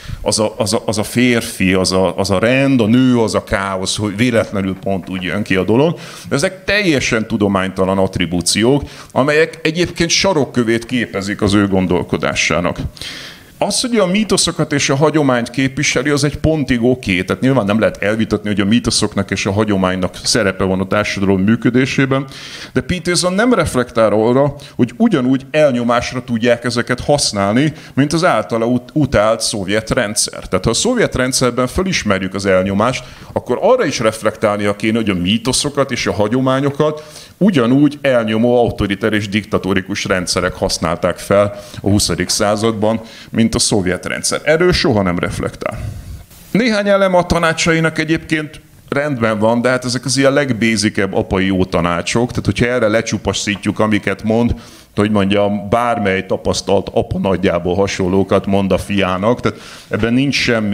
az a férfi, az a rend, a nő az a káosz, hogy véletlenül pont úgy jön ki a dolog. De ezek teljesen tudománytalan attribúciók, amelyek egyébként sarokkövét képezik az ő gondolkodásának. Az, hogy a mítoszokat és a hagyományt képviseli, az egy pontig oké. Tehát nyilván nem lehet elvitatni, hogy a mítoszoknak és a hagyománynak szerepe van a társadalom működésében, de Peterson nem reflektál arra, hogy ugyanúgy elnyomásra tudják ezeket használni, mint az általa utált szovjet rendszer. Tehát ha a szovjet rendszerben felismerjük az elnyomást, akkor arra is reflektálnia kéne, hogy a mítoszokat és a hagyományokat ugyanúgy elnyomó autoritár és diktatórikus rendszerek használták fel a 20. században, mint a szovjet rendszer. Erről soha nem reflektál. Néhány elem a tanácsainak egyébként rendben van, de hát ezek az ilyen legbézikebb apai jó tanácsok, tehát hogyha erre lecsupaszítjuk, amiket mond, hogy mondjam, bármely tapasztalt apa nagyjából hasonlókat mond a fiának, tehát ebben nincs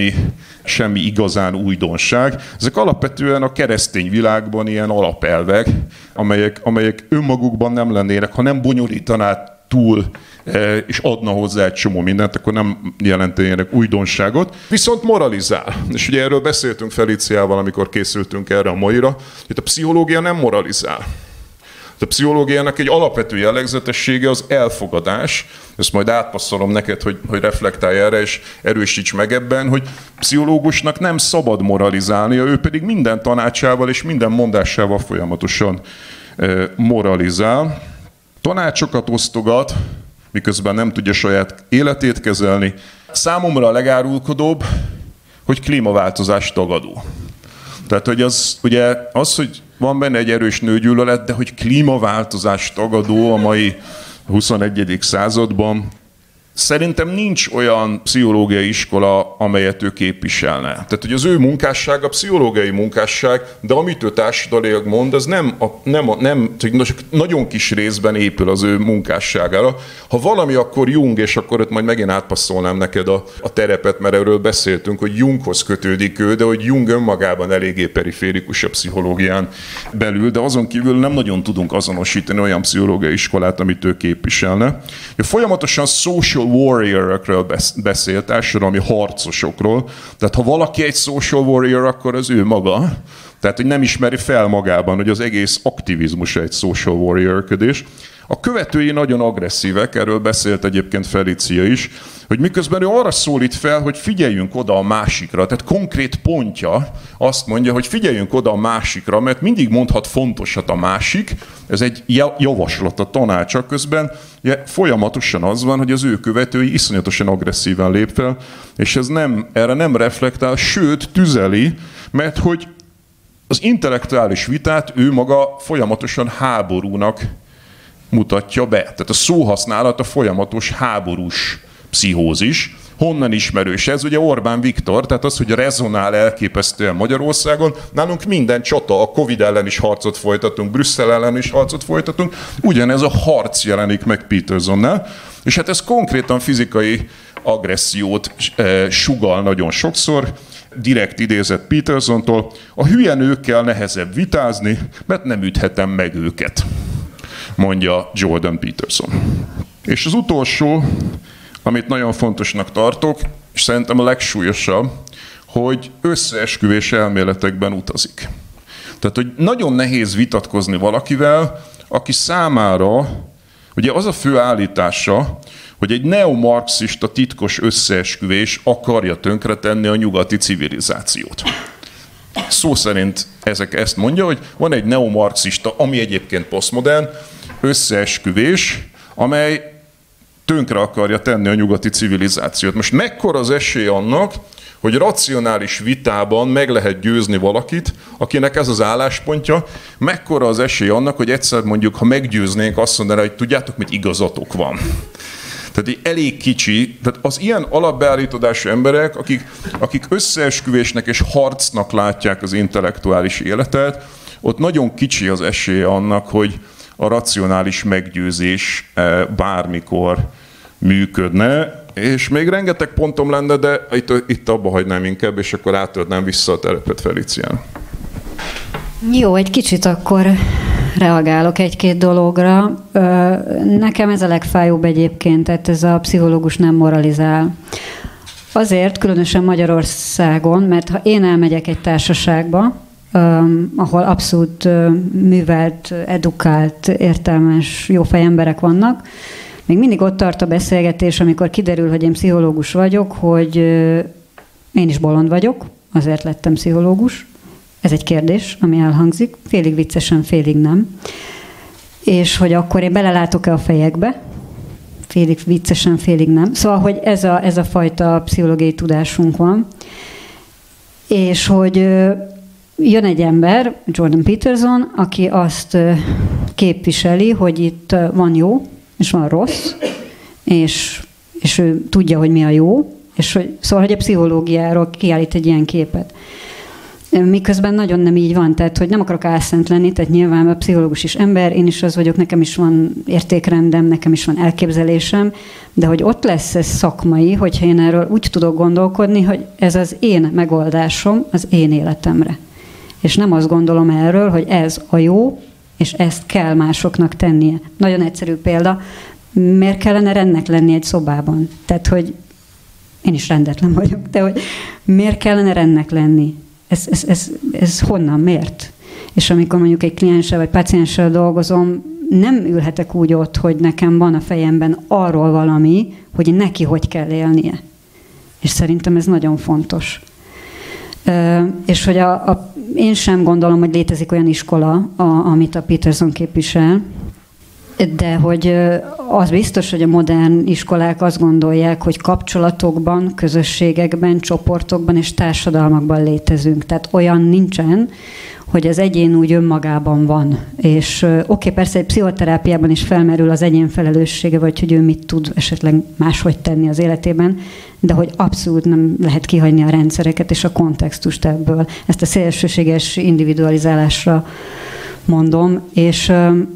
semmi igazán újdonság. Ezek alapvetően a keresztény világban ilyen alapelvek, amelyek önmagukban nem lennének, ha nem bonyolítaná túl, és adna hozzá egy csomó mindent, akkor nem jelentenének újdonságot. Viszont moralizál. És ugye erről beszéltünk Feliciával, amikor készültünk erre a maira, hogy a pszichológia nem moralizál. A pszichológiának egy alapvető jellegzetessége az elfogadás. Ezt majd átpasszolom neked, hogy reflektálj erre, és erősíts meg ebben, hogy pszichológusnak nem szabad moralizálnia, ő pedig minden tanácsával és minden mondásával folyamatosan moralizál. Tanácsokat osztogat, miközben nem tudja saját életét kezelni. Számomra a legárulkodóbb, hogy klímaváltozás tagadó. Tehát, hogy hogy van benne egy erős nőgyűlölet, de hogy klímaváltozás tagadó a mai 21. században, szerintem nincs olyan pszichológiai iskola, amelyet ő képviselne. Tehát, hogy az ő munkássága, a pszichológiai munkásság, de amit ő társadalmilag mond, az nem nagyon kis részben épül az ő munkásságára. Ha valami, akkor Jung, és akkor ott majd megint átpasszolnám neked a terepet, mert erről beszéltünk, hogy Junghoz kötődik ő, de hogy Jung önmagában eléggé periférikus a pszichológián belül, de azon kívül nem nagyon tudunk azonosítani olyan pszichológiai iskolát, amit ő képviselne. Folyamatosan social warrior-ökről beszél, társadalmi harcosokról. Tehát ha valaki egy social warrior, akkor az ő maga. Tehát, hogy nem ismeri fel magában, hogy az egész aktivizmus egy social warrior-ködés. A követői nagyon agresszívek, erről beszélt egyébként Felicia is, hogy miközben ő arra szólít fel, hogy figyeljünk oda a másikra, tehát konkrét pontja azt mondja, hogy figyeljünk oda a másikra, mert mindig mondhat fontosat a másik, ez egy javaslat a tanácsa, közben folyamatosan az van, hogy az ő követői iszonyatosan agresszíven lép fel, és ez erre nem reflektál, sőt tüzeli, mert hogy az intellektuális vitát ő maga folyamatosan háborúnak mutatja be. Tehát a szóhasználat a folyamatos háborús pszichózis. Honnan ismerős ez? Ugye Orbán Viktor, tehát az, hogy rezonál elképesztően Magyarországon. Nálunk minden csata, a Covid ellen is harcot folytatunk, Brüsszel ellen is harcot folytatunk. Ugyanez a harc jelenik meg Petersonnál. És hát ez konkrétan fizikai agressziót sugall nagyon sokszor. direkt idézett Petersontól, a hülye nőkkel nehezebb vitázni, mert nem üthetem meg őket, mondja Jordan Peterson. És az utolsó, amit nagyon fontosnak tartok, és szerintem a legsúlyosabb, hogy összeesküvés elméletekben utazik. Tehát, hogy nagyon nehéz vitatkozni valakivel, aki számára, ugye az a fő állítása, hogy egy neomarxista titkos összeesküvés akarja tönkretenni a nyugati civilizációt. Szó szerint ezt mondja, hogy van egy neomarxista, ami egyébként posztmodern, összeesküvés, amely tönkre akarja tenni a nyugati civilizációt. Most mekkora az esély annak, hogy racionális vitában meg lehet győzni valakit, akinek ez az álláspontja, mekkora az esély annak, hogy egyszer mondjuk, ha meggyőznénk, azt mondaná, hogy tudjátok, mit igazatok van. Tehát elég kicsi, tehát az ilyen alapbeállítodású emberek, akik összeesküvésnek és harcnak látják az intellektuális életet, ott nagyon kicsi az esélye annak, hogy a racionális meggyőzés bármikor működne, és még rengeteg pontom lenne, de itt abba hagynám inkább, és akkor átadnám vissza a terepet Felicián. Jó, egy kicsit akkor reagálok egy-két dologra. Nekem ez a legfájóbb egyébként, tehát ez a pszichológus nem moralizál. Azért, különösen Magyarországon, mert ha én elmegyek egy társaságba, ahol abszolút művelt, edukált, értelmes, jófej emberek vannak, még mindig ott tart a beszélgetés, amikor kiderül, hogy én pszichológus vagyok, hogy én is bolond vagyok, azért lettem pszichológus. Ez egy kérdés, ami elhangzik, félig viccesen, félig nem. És hogy akkor én belelátok-e a fejekbe, félig viccesen, félig nem. Szóval, hogy ez a fajta pszichológiai tudásunk van. És hogy jön egy ember, Jordan Peterson, aki azt képviseli, hogy itt van jó, és van rossz, és ő tudja, hogy mi a jó, és szóval, hogy a pszichológiáról kiállít egy ilyen képet. Miközben nagyon nem így van, tehát hogy nem akarok álszent lenni, tehát nyilván a pszichológus is ember, én is az vagyok, nekem is van értékrendem, nekem is van elképzelésem, de hogy ott lesz ez szakmai, hogyha én erről úgy tudok gondolkodni, hogy ez az én megoldásom az én életemre. És nem azt gondolom erről, hogy ez a jó, és ezt kell másoknak tennie. Nagyon egyszerű példa, miért kellene rendnek lenni egy szobában? Tehát, hogy én is rendetlen vagyok, de hogy miért kellene rendnek lenni? Ez honnan, miért? És amikor mondjuk egy klienssel vagy pácienssel dolgozom, nem ülhetek úgy ott, hogy nekem van a fejemben arról valami, hogy neki hogy kell élnie. És szerintem ez nagyon fontos. És hogy én sem gondolom, hogy létezik olyan iskola, amit a Peterson képvisel, de hogy az biztos, hogy a modern iskolák azt gondolják, hogy kapcsolatokban, közösségekben, csoportokban és társadalmakban létezünk. Tehát olyan nincsen, hogy az egyén úgy önmagában van. És oké, persze egy pszichoterápiában is felmerül az egyén felelőssége, vagy hogy ő mit tud esetleg máshogy tenni az életében, de hogy abszolút nem lehet kihagyni a rendszereket és a kontextust ebből. Ezt a szélsőséges individualizálásra mondom, és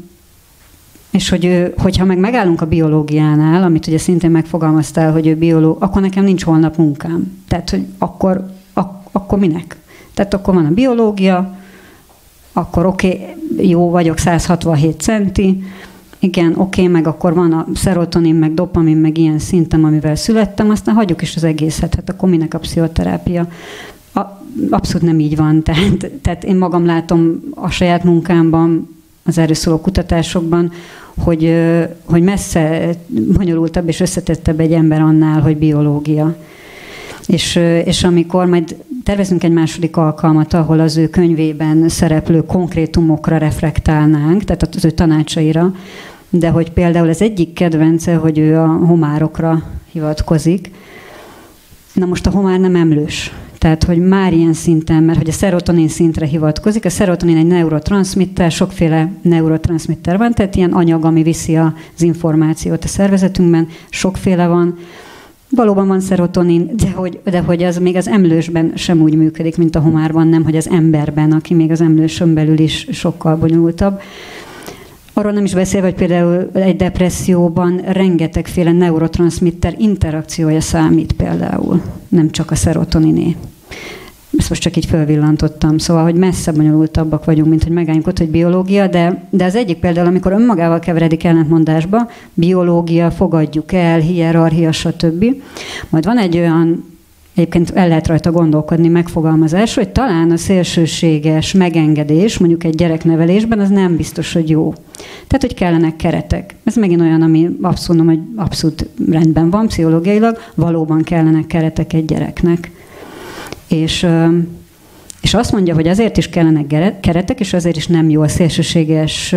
hogyha meg megállunk a biológiánál, amit ugye szintén megfogalmaztál, hogy ő biológ, akkor nekem nincs holnap munkám. Tehát, hogy akkor minek? Tehát akkor van a biológia, akkor oké, jó vagyok, 167 centi, igen, oké, meg akkor van a szerotonin, meg dopamin, meg ilyen szintem, amivel születtem, aztán hagyjuk is az egészet, hát akkor minek a pszichoterápia? Abszolút nem így van, tehát én magam látom a saját munkámban, az erről szóló kutatásokban, hogy messze bonyolultabb és összetettebb egy ember annál, hogy biológia. És amikor majd tervezünk egy második alkalmat, ahol az ő könyvében szereplő konkrétumokra reflektálnánk, tehát az ő tanácsaira, de hogy például az egyik kedvence, hogy ő a homárokra hivatkozik. Na most a homár nem emlős. Tehát, hogy már ilyen szinten, mert hogy a szerotonin szintre hivatkozik. A szerotonin egy neurotranszmitter, sokféle neurotranszmitter van, tehát ilyen anyag, ami viszi az információt a szervezetünkben, sokféle van. Valóban van szerotonin, de hogy az még az emlősben sem úgy működik, mint a homárban, nem, hogy az emberben, aki még az emlősön belül is sokkal bonyolultabb. Arról nem is beszélve, hogy például egy depresszióban rengetegféle neurotranszmitter interakciója számít például, nem csak a szerotoniné. ezt most csak így fölvillantottam, szóval, hogy messze bonyolultabbak vagyunk, mint hogy megálljunk ott, hogy biológia, de az egyik például, amikor önmagával keveredik ellentmondásba, biológia, fogadjuk el, hierarchia, stb. Majd van egy olyan, egyébként el lehet rajta gondolkodni megfogalmazás, hogy talán a szélsőséges megengedés, mondjuk egy gyereknevelésben, az nem biztos, hogy jó. Tehát, hogy kellenek keretek. Ez megint olyan, ami abszolút, hogy abszolút rendben van pszichológiailag, valóban kellenek keretek egy gyereknek. És azt mondja, hogy azért is kellenek keretek, és azért is nem jó a szélsőséges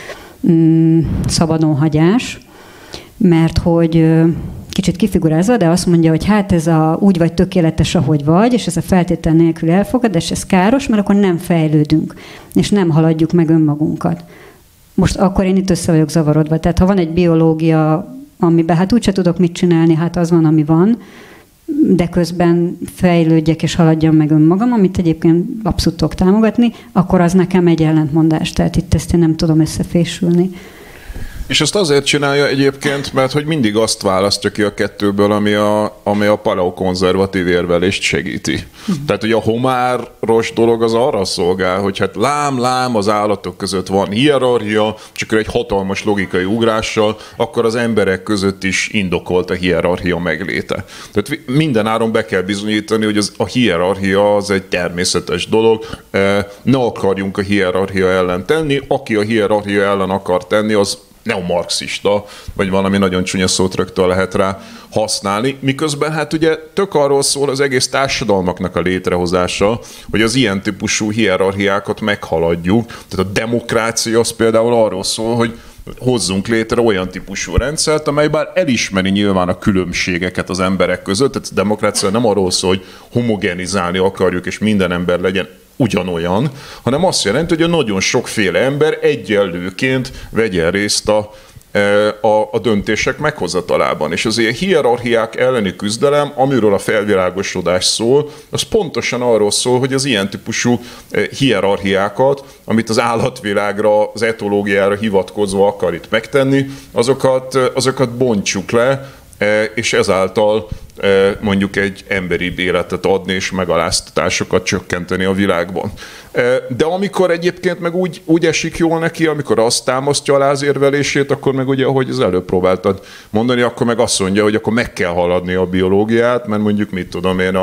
szabadonhagyás, mert hogy kicsit kifigurázva, de azt mondja, hogy hát ez úgy vagy tökéletes, ahogy vagy, és ez a feltétel nélkül elfogadás, ez káros, mert akkor nem fejlődünk, és nem haladjuk meg önmagunkat. Most akkor én itt össze vagyok zavarodva. Tehát ha van egy biológia, amiben hát úgyse tudok mit csinálni, hát az van, ami van, de közben fejlődjek és haladjam meg önmagam, amit egyébként abszolút tudok támogatni, akkor az nekem egy ellentmondás. Tehát itt ezt én nem tudom összefésülni. És ezt azért csinálja egyébként, mert hogy mindig azt választja ki a kettőből, ami a paleokonzervatív érvelést segíti. Tehát ugye a homáros dolog az arra szolgál, hogy hát lám, az állatok között van hierarchia, csak egy hatalmas logikai ugrással, akkor az emberek között is indokolt a hierarchia megléte. Tehát minden áron be kell bizonyítani, hogy a hierarchia az egy természetes dolog, ne akarjunk a hierarchia ellen tenni, aki a hierarchia ellen akar tenni, az neomarxista, vagy valami nagyon csúnya szót rögtön lehet rá használni, miközben hát ugye tök arról szól az egész társadalmaknak a létrehozása, hogy az ilyen típusú hierarchiákat meghaladjuk. Tehát a demokrácia az például arról szól, hogy hozzunk létre olyan típusú rendszert, amely bár elismeri nyilván a különbségeket az emberek között, tehát a demokrácia nem arról szól, hogy homogenizálni akarjuk, és minden ember legyen ugyanolyan, hanem azt jelenti, hogy a nagyon sokféle ember egyenlőként vegyen részt a döntések meghozatalában. És az ilyen hierarchiák elleni küzdelem, amiről a felvilágosodás szól, az pontosan arról szól, hogy az ilyen típusú hierarchiákat, amit az állatvilágra, az etológiára hivatkozva akar itt megtenni, azokat bontsuk le, és ezáltal mondjuk egy emberi életet adni és megaláztatásokat csökkenteni a világban. De amikor egyébként meg úgy esik jól neki, amikor azt támasztja alá az érvelését, akkor meg ugye, ahogy az előbb próbáltad mondani, akkor meg azt mondja, hogy akkor meg kell haladni a biológiát, mert mondjuk mit tudom én,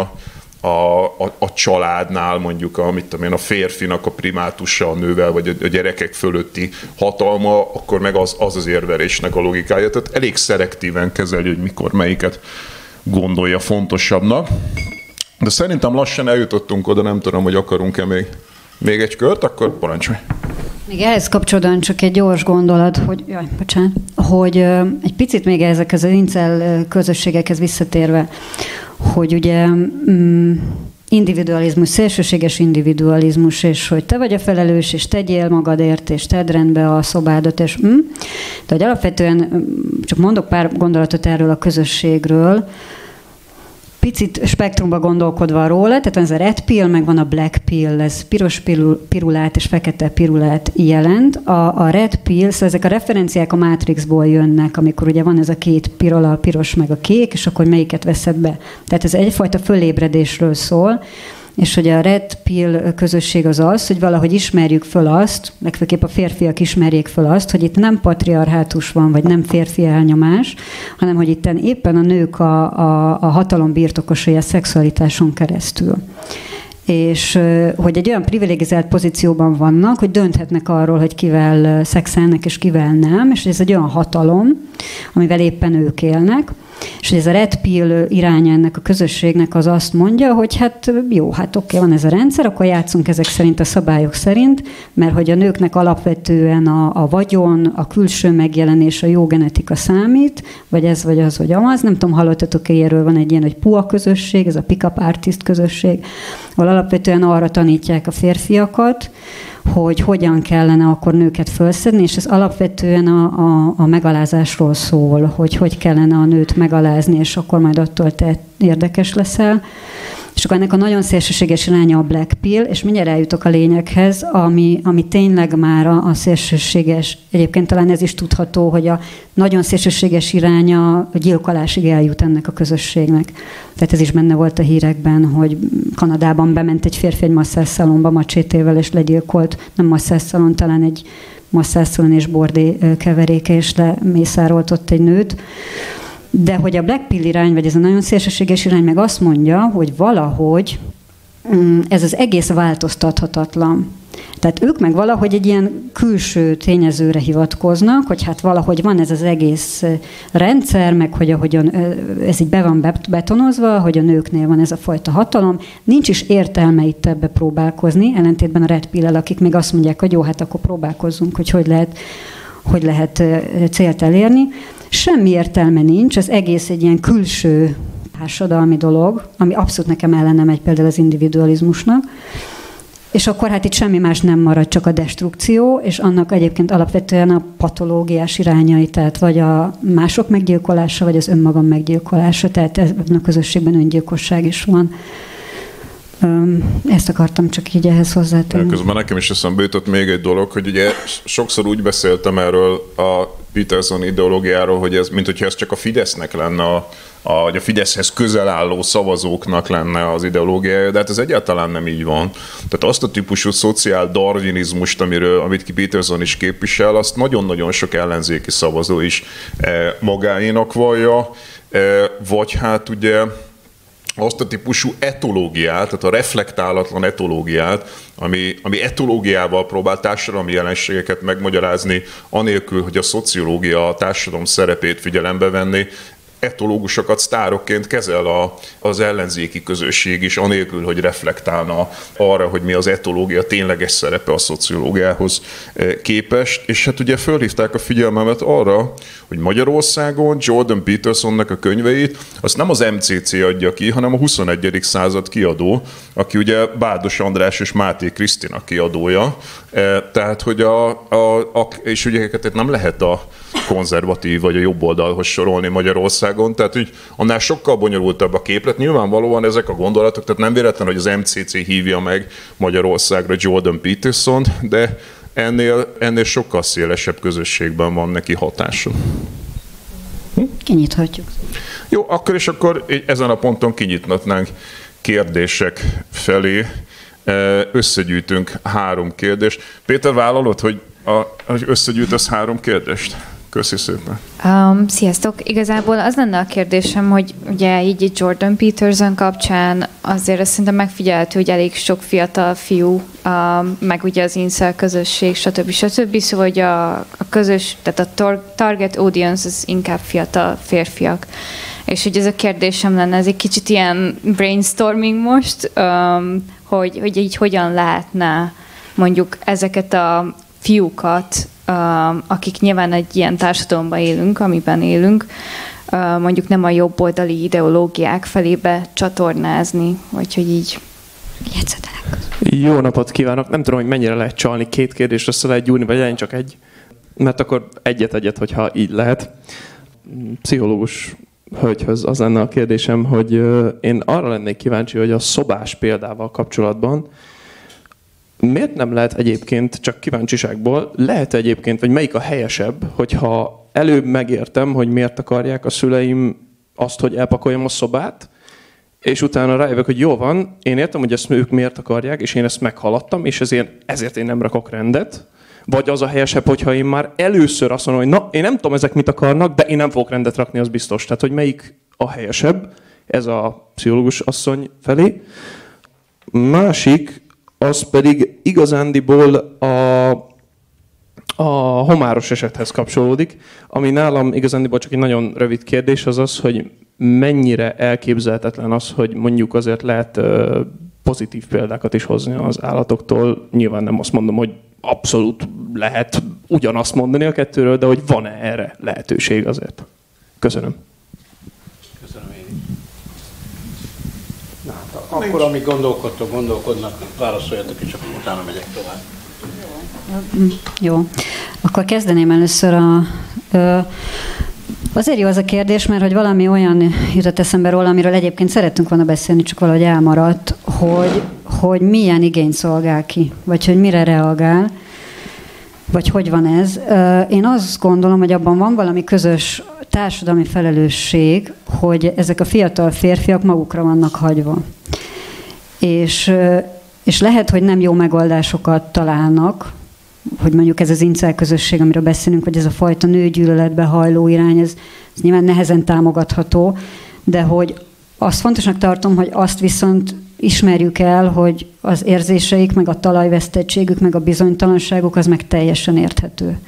a családnál mondjuk a férfinak a primátusa a nővel, vagy a gyerekek fölötti hatalma, akkor meg az érvelésnek a logikája. Tehát elég szelektíven kezeli, hogy mikor melyiket gondolja fontosabbnak. De szerintem lassan eljutottunk oda, nem tudom, hogy akarunk-e még egy kört, akkor parancsolj. Még ehhez kapcsolódóan csak egy gyors gondolat, hogy egy picit még ezekhez az incel közösségekhez visszatérve, hogy ugye individualizmus, szélsőséges individualizmus, és hogy te vagy a felelős, és tegyél magadért, és tedd rendbe a szobádat, és de hogy alapvetően csak mondok pár gondolatot erről a közösségről, picit spektrumba gondolkodva róla, tehát van ez a red pill, meg van a black pill, ez piros pirulát és fekete pirulát jelent. A red pill, szóval ezek a referenciák a Matrixból jönnek, amikor ugye van ez a két pirola, a piros meg a kék, és akkor melyiket veszed be. Tehát ez egyfajta fölébredésről szól, és hogy a red pill közösség az, hogy valahogy ismerjük föl azt, legfőképp a férfiak ismerjék föl azt, hogy itt nem patriarhátus van, vagy nem férfi elnyomás, hanem hogy itt éppen a nők a hatalom birtokosai a szexualitáson keresztül. És hogy egy olyan privilegizált pozícióban vannak, hogy dönthetnek arról, hogy kivel szexelnek és kivel nem, és hogy ez egy olyan hatalom, amivel éppen ők élnek. És hogy ez a red pill iránya ennek a közösségnek az azt mondja, hogy hát jó, hát oké, van ez a rendszer, akkor játszunk ezek szerint a szabályok szerint, mert hogy a nőknek alapvetően a vagyon, a külső megjelenés, a jó genetika számít, vagy ez, vagy az, vagy amaz. Nem tudom, hallottatok-e erről, van egy ilyen, hogy PUA közösség, ez a pick-up artist közösség, ahol alapvetően arra tanítják a férfiakat, hogy hogyan kellene akkor nőket felszedni, és ez alapvetően a megalázásról szól, hogy kellene a nőt megalázni, és akkor majd attól te érdekes leszel. És akkor ennek a nagyon szélsőséges iránya a black pill, és mindjárt eljutok a lényeghez, ami tényleg már a szélsőséges, egyébként talán ez is tudható, hogy a nagyon szélsőséges iránya a gyilkolásig eljut ennek a közösségnek. Tehát ez is benne volt a hírekben, hogy Kanadában bement egy férfi egy masszásszalonba macsétével, és legyilkolt, nem masszásszalon, talán egy masszásszalon és bordé keveréke, és lemészárolt ott egy nőt. De hogy a black pill irány, vagy ez a nagyon szélsőséges irány meg azt mondja, hogy valahogy ez az egész változtathatatlan. Tehát ők meg valahogy egy ilyen külső tényezőre hivatkoznak, hogy hát valahogy van ez az egész rendszer, meg hogy ahogyan ez így be van betonozva, hogy a nőknél van ez a fajta hatalom. Nincs is értelme itt ebbe próbálkozni, ellentétben a red pill-el, akik még azt mondják, hogy jó, hát akkor próbálkozzunk, hogy lehet célt elérni. Semmi értelme nincs, az egész egy ilyen külső társadalmi dolog, ami abszolút nekem ellene megy például az individualizmusnak. És akkor hát itt semmi más nem marad, csak a destrukció, és annak egyébként alapvetően a patológiás irányai, tehát vagy a mások meggyilkolása, vagy az önmagam meggyilkolása, tehát ebben a közösségben öngyilkosság is van. Ezt akartam csak így ehhez hozzátenni. Közben nekem is eszembe jutott még egy dolog, hogy ugye sokszor úgy beszéltem erről a Peterson ideológiáról, hogy ez, mint hogyha ez csak a Fidesznek lenne, a Fideszhez közel álló szavazóknak lenne az ideológiája, de hát ez egyáltalán nem így van. Tehát azt a típusú szociál darwinizmust, amit ki Peterson is képvisel, azt nagyon-nagyon sok ellenzéki szavazó is magáénak vallja, vagy hát ugye azt a típusú etológiát, tehát a reflektálatlan etológiát, ami etológiával próbál társadalmi jelenségeket megmagyarázni, anélkül, hogy a szociológia a társadalom szerepét figyelembe venni, etológusokat sztárokként kezel az ellenzéki közösség is, anélkül, hogy reflektálna arra, hogy mi az etológia tényleges szerepe a szociológiához képest. És hát ugye fölhívták a figyelmemet arra, hogy Magyarországon Jordan Petersonnak a könyveit azt nem az MCC adja ki, hanem a 21. század kiadó, aki ugye Bárdos András és Máté Krisztina kiadója. Tehát, hogy és ugye ezeket nem lehet a konzervatív vagy a jobb oldalhoz sorolni Magyarországon, tehát úgy annál sokkal bonyolultabb a képlet. Nyilvánvalóan ezek a gondolatok, tehát nem véletlen, hogy az MCC hívja meg Magyarországra Jordan Petersont, de ennél sokkal szélesebb közösségben van neki hatása. Kinyithatjuk. Jó, akkor ezen a ponton kinyitnánk kérdések felé. Összegyűjtünk 3 kérdést. Péter, vállalod, hogy összegyűjtesz 3 kérdést? Köszi szépen. Sziasztok! Igazából az lenne a kérdésem, hogy ugye így Jordan Peterson kapcsán azért szerintem megfigyelhető, hogy elég sok fiatal fiú, meg ugye az incel közösség, stb. Szóval hogy a közös, tehát a target audience az inkább fiatal férfiak. És hogy ez a kérdésem lenne, ez egy kicsit ilyen brainstorming most, hogy így hogyan lehetne mondjuk ezeket a fiúkat, akik nyilván egy ilyen társadalomban élünk, amiben élünk, mondjuk nem a jobboldali ideológiák felébe csatornázni, vagy hogy így jegyzetelek. Jó napot kívánok! Nem tudom, hogy mennyire lehet csalni, 2 kérdést össze lehet gyúrni, vagy legyen csak egy, mert akkor egyet, hogyha így lehet. Pszichológus hölgyhöz az lenne a kérdésem, hogy én arra lennék kíváncsi, hogy a szobás példával kapcsolatban miért nem lehet egyébként, csak kíváncsiságból, lehet egyébként, vagy melyik a helyesebb, hogyha előbb megértem, hogy miért akarják a szüleim azt, hogy elpakoljam a szobát, és utána rájövök, hogy jó van, én értem, hogy ezt ők miért akarják, és én ezt meghaladtam, és ezért én nem rakok rendet, vagy az a helyesebb, hogyha én már először azt mondom, hogy na, én nem tudom, ezek mit akarnak, de én nem fogok rendet rakni, az biztos. Tehát, hogy melyik a helyesebb, ez a pszichológus asszony felé. Másik, az pedig igazándiból a homáros esethez kapcsolódik, ami nálam igazándiból csak egy nagyon rövid kérdés, az az, hogy mennyire elképzelhetetlen az, hogy mondjuk azért lehet pozitív példákat is hozni az állatoktól. Nyilván nem azt mondom, hogy abszolút lehet ugyanazt mondani a kettőről, de hogy van-e erre lehetőség azért. Köszönöm. Köszönöm én is. Akkor, amíg gondolkodnak, válaszoljatok, és akkor utána megyek tovább. Jó. Akkor kezdeném először Azért jó az a kérdés, mert hogy valami olyan jutott eszembe róla, amiről egyébként szerettünk volna beszélni, csak valahogy elmaradt, hogy milyen igényt szolgál ki, vagy hogy mire reagál, vagy hogy van ez. Én azt gondolom, hogy abban van valami közös társadalmi felelősség, hogy ezek a fiatal férfiak magukra vannak hagyva. És lehet, hogy nem jó megoldásokat találnak, hogy mondjuk ez az incel közösség, amiről beszélünk, vagy ez a fajta nőgyűlöletbe hajló irány, ez nyilván nehezen támogatható, de hogy azt fontosnak tartom, hogy azt viszont ismerjük el, hogy az érzéseik, meg a talajvesztettségük, meg a bizonytalanságuk, az meg teljesen érthető.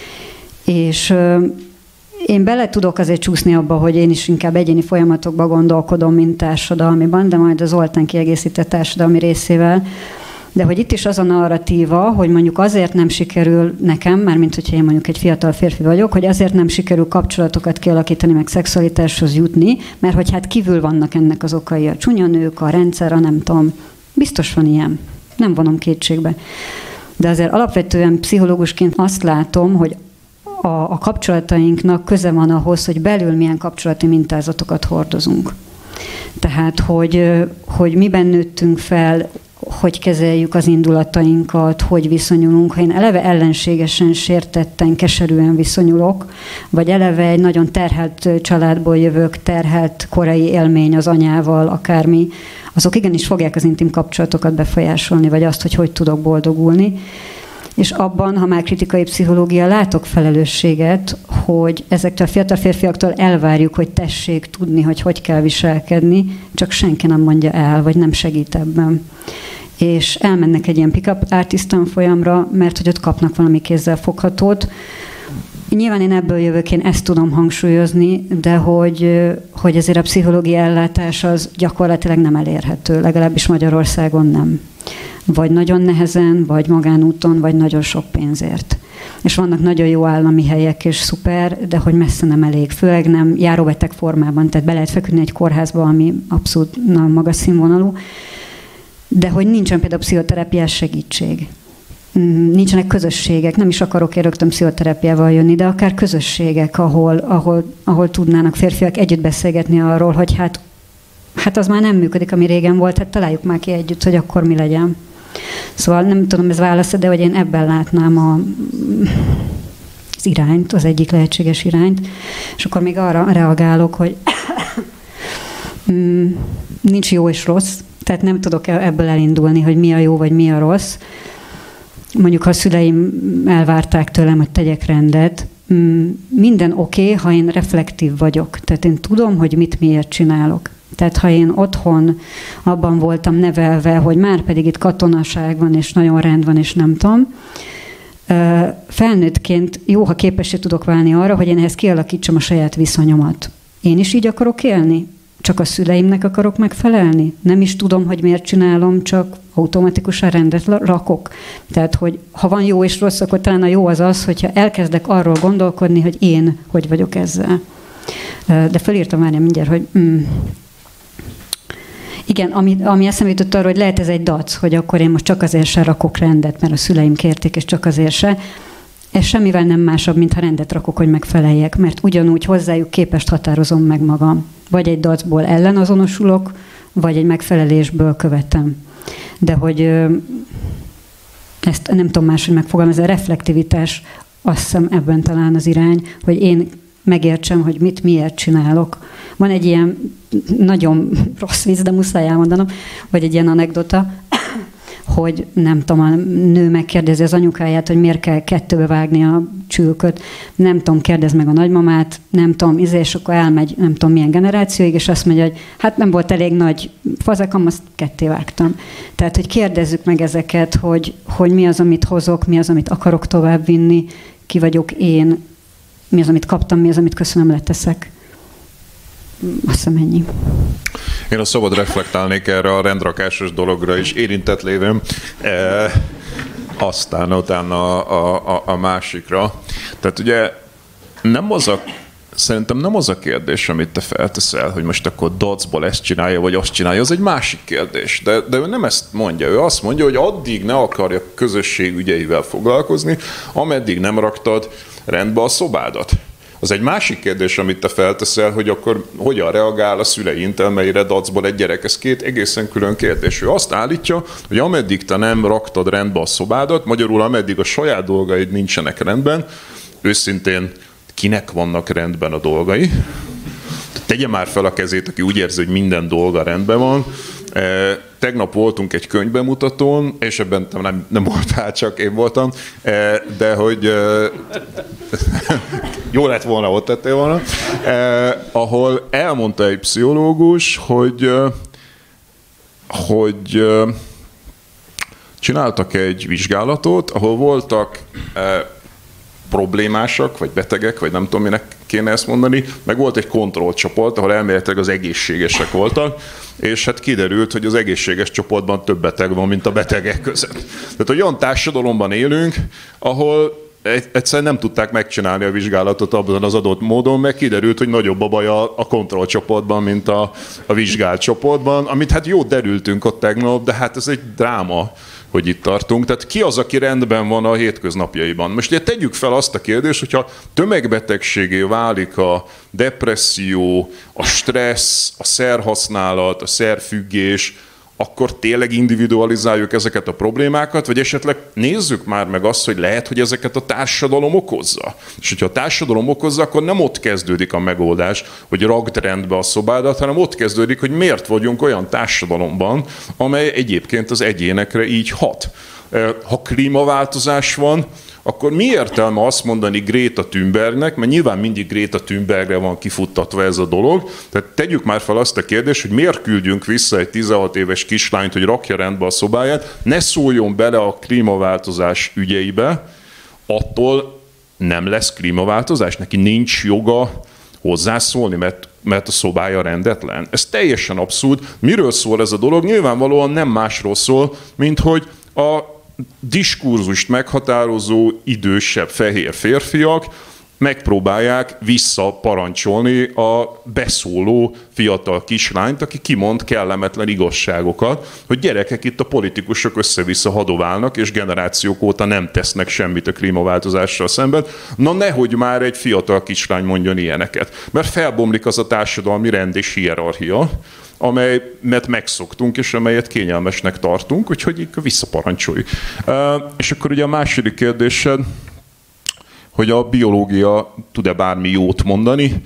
És én bele tudok azért csúszni abba, hogy én is inkább egyéni folyamatokban gondolkodom, mint társadalmiban, de majd az Zoltán kiegészített társadalmi részével. De hogy itt is az a narratíva, hogy mondjuk azért nem sikerül nekem, mármint hogyha én mondjuk egy fiatal férfi vagyok, hogy azért nem sikerül kapcsolatokat kialakítani, meg szexualitáshoz jutni, mert hogy hát kívül vannak ennek az okai, a csúnya nők, a rendszer, a nem tudom. Biztos van ilyen. Nem vonom kétségbe. De azért alapvetően pszichológusként azt látom, hogy a kapcsolatainknak köze van ahhoz, hogy belül milyen kapcsolati mintázatokat hordozunk. Tehát, hogy miben nőttünk fel, hogy kezeljük az indulatainkat, hogy viszonyulunk. Ha én eleve ellenségesen, sértetten, keserűen viszonyulok, vagy eleve egy nagyon terhelt családból jövök, terhelt korai élmény az anyával, akármi, azok igenis fogják az intim kapcsolatokat befolyásolni, vagy azt, hogy tudok boldogulni. És abban, ha már kritikai pszichológia, látok felelősséget, hogy ezektől a fiatal férfiaktól elvárjuk, hogy tessék tudni, hogy kell viselkedni, csak senki nem mondja el, vagy nem segít ebben. És elmennek egy ilyen pick-up artist tanfolyamra, mert hogy ott kapnak valami kézzel foghatót. Nyilván én ebből jövök, én ezt tudom hangsúlyozni, de hogy ezért a pszichológia ellátás az gyakorlatilag nem elérhető, legalábbis Magyarországon nem. Vagy nagyon nehezen, vagy magánúton, vagy nagyon sok pénzért. És vannak nagyon jó állami helyek, és szuper, de hogy messze nem elég. Főleg nem járóbeteg formában, tehát be lehet feküdni egy kórházba, ami abszolút magas színvonalú, de hogy nincsen például pszichoterápiás segítség. Nincsenek közösségek, nem is akarok én rögtön pszichoterápiával jönni, de akár közösségek, ahol tudnának férfiak együtt beszélgetni arról, hogy hát az már nem működik, ami régen volt, hát találjuk már ki együtt, hogy akkor mi legyen. Szóval nem tudom, ez válasz, de hogy én ebben látnám az irányt, az egyik lehetséges irányt, és akkor még arra reagálok, hogy nincs jó és rossz, tehát nem tudok ebből elindulni, hogy mi a jó, vagy mi a rossz. Mondjuk, ha a szüleim elvárták tőlem, hogy tegyek rendet, minden oké, ha én reflektív vagyok. Tehát én tudom, hogy mit miért csinálok. Tehát ha én otthon abban voltam nevelve, hogy már pedig itt katonaság van, és nagyon rend van, és nem tudom, felnőttként jó, ha képessé tudok válni arra, hogy én ehhez kialakítsam a saját viszonyomat. Én is így akarok élni? Csak a szüleimnek akarok megfelelni? Nem is tudom, hogy miért csinálom, csak automatikusan rendet rakok. Tehát, hogy ha van jó és rossz, akkor talán a jó az az, hogyha elkezdek arról gondolkodni, hogy én hogy vagyok ezzel. De felírtam már mindjárt, hogy igen, ami eszembe jutott arról, hogy lehet ez egy dac, hogy akkor én most csak azért se rakok rendet, mert a szüleim kérték, és csak azért se. Ez semmivel nem másabb, mint ha rendet rakok, hogy megfeleljek, mert ugyanúgy hozzájuk képest határozom meg magam. Vagy egy dacból ellenazonosulok, vagy egy megfelelésből követem. De hogy ezt nem tudom máshogy megfogalmazni, a reflektivitás, azt hiszem ebben talán az irány, hogy én megértsem, hogy miért csinálok. Van egy ilyen nagyon rossz vicc, de muszáj elmondanom, vagy egy ilyen anekdota, hogy nem tudom, a nő megkérdezi az anyukáját, hogy miért kell kettőbe vágni a csülköt, nem tudom, kérdez meg a nagymamát, nem tudom, és akkor elmegy, nem tudom milyen generációig, és azt mondja, hogy hát nem volt elég nagy fazekam, azt ketté vágtam. Tehát, hogy kérdezzük meg ezeket, hogy mi az, amit hozok, mi az, amit akarok továbbvinni, ki vagyok én, mi az, amit kaptam, mi az, amit köszönöm, leteszek. Azt hiszem ennyi. Én a szabad reflektálnék erre a rendrakásos dologra is, érintett lévén, aztán utána a másikra. Tehát ugye szerintem nem az a kérdés, amit te felteszel, hogy most akkor dacból ezt csinálja, vagy azt csinálja, az egy másik kérdés. De ő nem ezt mondja, ő azt mondja, hogy addig ne akarja közösség ügyeivel foglalkozni, ameddig nem raktad rendbe a szobádat. Az egy másik kérdés, amit te felteszel, hogy akkor hogyan reagál a szülei intelmeire dacból egy gyerek. Ez két egészen külön kérdés. Ő azt állítja, hogy ameddig te nem raktad rendbe a szobádat, magyarul ameddig a saját dolgaid nincsenek rendben, őszintén kinek vannak rendben a dolgai? Tegye már fel a kezét, aki úgy érzi, hogy minden dolga rendben van. Tegnap voltunk egy könyvbemutatón, és ebben nem voltál, csak én voltam, de hogy jó lett volna, ott tettél volna, ahol elmondta egy pszichológus, hogy csináltak egy vizsgálatot, ahol voltak problémásak, vagy betegek, vagy nem tudom, minek kéne ezt mondani, meg volt egy kontrollcsoport, ahol elméletileg az egészségesek voltak, és hát kiderült, hogy az egészséges csoportban több beteg van, mint a betegek között. Tehát olyan társadalomban élünk, ahol egyszerűen nem tudták megcsinálni a vizsgálatot abban az adott módon, meg kiderült, hogy nagyobb a baj a kontrollcsoportban, mint a vizsgált csoportban, amit hát jó derültünk ott tegnap, de hát ez egy dráma, hogy itt tartunk. Tehát ki az, aki rendben van a hétköznapjaiban? Most ugye tegyük fel azt a kérdést, hogyha tömegbetegségé válik a depresszió, a stressz, a szerhasználat, a szerfüggés, akkor tényleg individualizáljuk ezeket a problémákat, vagy esetleg nézzük már meg azt, hogy lehet, hogy ezeket a társadalom okozza. És hogyha a társadalom okozza, akkor nem ott kezdődik a megoldás, hogy ragd rendbe a szobádat, hanem ott kezdődik, hogy miért vagyunk olyan társadalomban, amely egyébként az egyénekre így hat. Ha klímaváltozás van, akkor mi értelme azt mondani Greta Thunbergnek, mert nyilván mindig Greta Thunbergre van kifuttatva ez a dolog, tehát tegyük már fel azt a kérdést, hogy miért küldjünk vissza egy 16 éves kislányt, hogy rakja rendbe a szobáját, ne szóljon bele a klímaváltozás ügyeibe, attól nem lesz klímaváltozás, neki nincs joga hozzászólni, mert a szobája rendetlen. Ez teljesen abszurd. Miről szól ez a dolog? Nyilvánvalóan nem másról szól, mint hogy a diskurzust meghatározó idősebb fehér férfiak megpróbálják visszaparancsolni a beszóló fiatal kislányt, aki kimond kellemetlen igazságokat, hogy gyerekek, itt a politikusok össze-vissza hadoválnak, és generációk óta nem tesznek semmit a klímaváltozással szemben. Na nehogy már egy fiatal kislány mondjon ilyeneket, mert felbomlik az a társadalmi rend és hierarchia, amelyet megszoktunk, és amelyet kényelmesnek tartunk, úgyhogy visszaparancsoljuk. És akkor ugye a második kérdésed, hogy a biológia tud-e bármi jót mondani.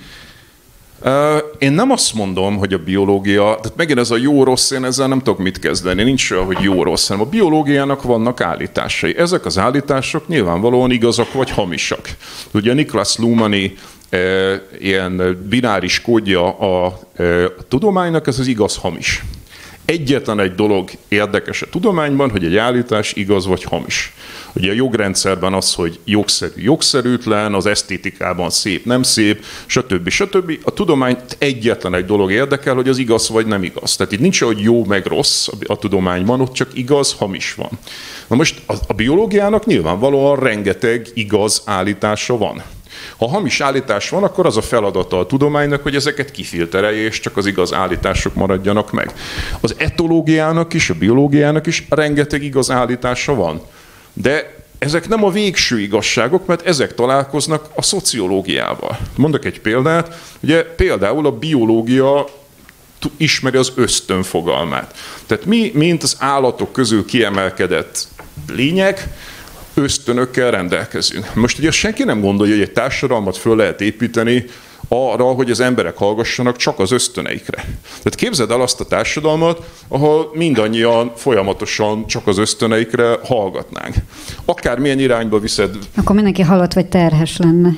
Én nem azt mondom, hogy a biológia, tehát megint ez a jó-rossz, én ezzel nem tudok mit kezdeni, nincs olyan, hogy jó-rossz, hanem a biológiának vannak állításai. Ezek az állítások nyilvánvalóan igazak vagy hamisak. Ugye Niklas Luhmanni ilyen bináris kódja a tudománynak, ez az igaz-hamis. Egyetlen egy dolog érdekes a tudományban, hogy egy állítás igaz vagy hamis. Ugye a jogrendszerben az, hogy jogszerű, jogszerűtlen, az esztétikában szép, nem szép, stb. A tudományt egyetlen egy dolog érdekel, hogy az igaz vagy nem igaz. Tehát itt nincs, hogy jó meg rossz a tudományban, ott csak igaz, hamis van. Na most a biológiának nyilvánvalóan rengeteg igaz állítása van. Ha hamis állítás van, akkor az a feladata a tudománynak, hogy ezeket kifilterelje, és csak az igaz állítások maradjanak meg. Az etológiának is, a biológiának is rengeteg igaz állítása van. De ezek nem a végső igazságok, mert ezek találkoznak a szociológiával. Mondok egy példát. Ugye például a biológia ismeri az ösztön fogalmát. Tehát mi, mint az állatok közül kiemelkedett lények, ösztönökkel rendelkezünk. Most ugye senki nem gondolja, hogy egy társadalmat föl lehet építeni arra, hogy az emberek hallgassanak csak az ösztöneikre. Tehát képzeld el azt a társadalmat, ahol mindannyian folyamatosan csak az ösztöneikre hallgatnánk. Akármilyen irányba viszed. Akkor mindenki halott vagy terhes lenne.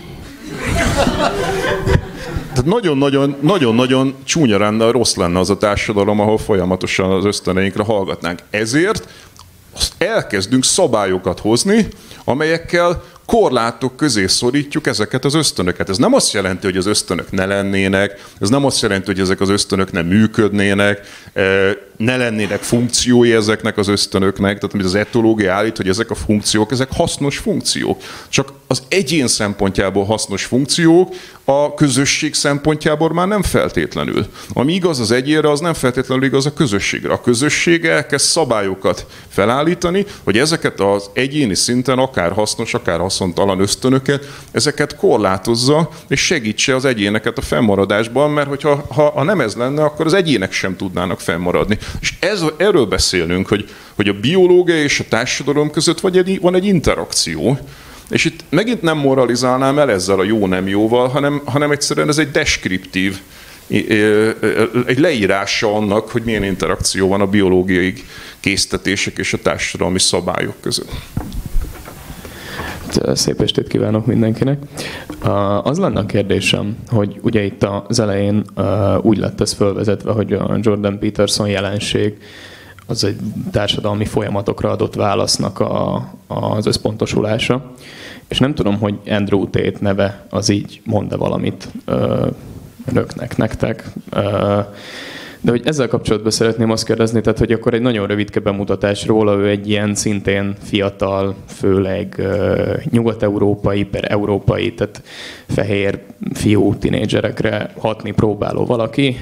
Tehát nagyon-nagyon csúnya lenne, rossz lenne az a társadalom, ahol folyamatosan az ösztöneinkre hallgatnánk. Ezért elkezdünk szabályokat hozni, amelyekkel korlátok közé szorítjuk ezeket az ösztönöket. Ez nem azt jelenti, hogy az ösztönök ne lennének, ez nem azt jelenti, hogy ezek az ösztönök nem működnének, ne lennének funkciói ezeknek az ösztönöknek, tehát amit az etológia állít, hogy ezek a funkciók, ezek hasznos funkciók. Csak az egyén szempontjából hasznos funkciók, a közösség szempontjából már nem feltétlenül. Ami igaz az egyénre, az nem feltétlenül igaz a közösségre. A közösség elkezd szabályokat felállítani, hogy ezeket az egyéni szinten akár hasznos haszontalan ösztönöket, ezeket korlátozza, és segítse az egyéneket a fennmaradásban, mert ha nem ez lenne, akkor az egyének sem tudnának fennmaradni. És erről beszélünk, hogy a biológia és a társadalom között van egy interakció, és itt megint nem moralizálnám el ezzel a jó-nem jóval, hanem egyszerűen ez egy deskriptív, egy leírása annak, hogy milyen interakció van a biológiai késztetések és a társadalmi szabályok között. Szép estét kívánok mindenkinek. Az lenne a kérdésem, hogy ugye itt az elején úgy lett ez fölvezetve, hogy a Jordan Peterson jelenség az egy társadalmi folyamatokra adott válasznak az összpontosulása. És nem tudom, hogy Andrew Tate neve az így mond-e valamit önöknek, nektek. De hogy ezzel kapcsolatban szeretném azt kérdezni, tehát hogy akkor egy nagyon rövidke bemutatás róla, ő egy ilyen szintén fiatal, főleg nyugat-európai, európai, tehát fehér fiú, tinédzserekre hatni próbáló valaki,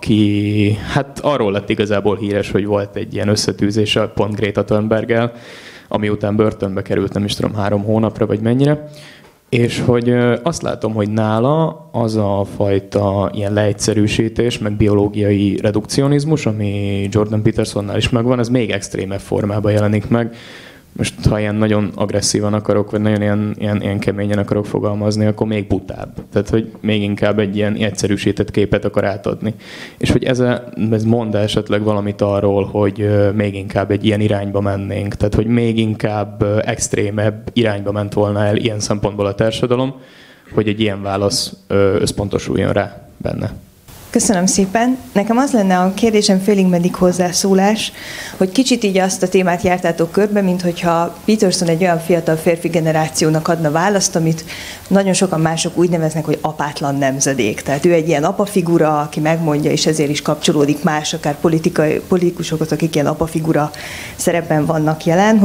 aki hát arról lett igazából híres, hogy volt egy ilyen összetűzése pont Greta Thunberggel, ami után börtönbe került, nem is tudom, 3 hónapra, vagy mennyire. És hogy azt látom, hogy nála az a fajta ilyen leegyszerűsítés, meg biológiai redukcionizmus, ami Jordan Petersonnál is megvan, ez még extrémebb formában jelenik meg. Most ha ilyen nagyon agresszívan akarok, vagy nagyon ilyen keményen akarok fogalmazni, akkor még butább. Tehát, hogy még inkább egy ilyen egyszerűsített képet akar átadni. És hogy ez mond esetleg valamit arról, hogy még inkább egy ilyen irányba mennénk. Tehát, hogy még inkább extrémebb irányba ment volna el ilyen szempontból a társadalom, hogy egy ilyen válasz összpontosuljon rá benne. Köszönöm szépen. Nekem az lenne a kérdésem félig meddig hozzászólás, hogy kicsit így azt a témát jártátok körbe, mint hogyha Peterson egy olyan fiatal férfi generációnak adna választ, amit nagyon sokan mások úgy neveznek, hogy apátlan nemzedék. Tehát ő egy ilyen apafigura, aki megmondja, és ezért is kapcsolódik más, akár politikusokhoz, akik ilyen apafigura szerepben vannak jelen,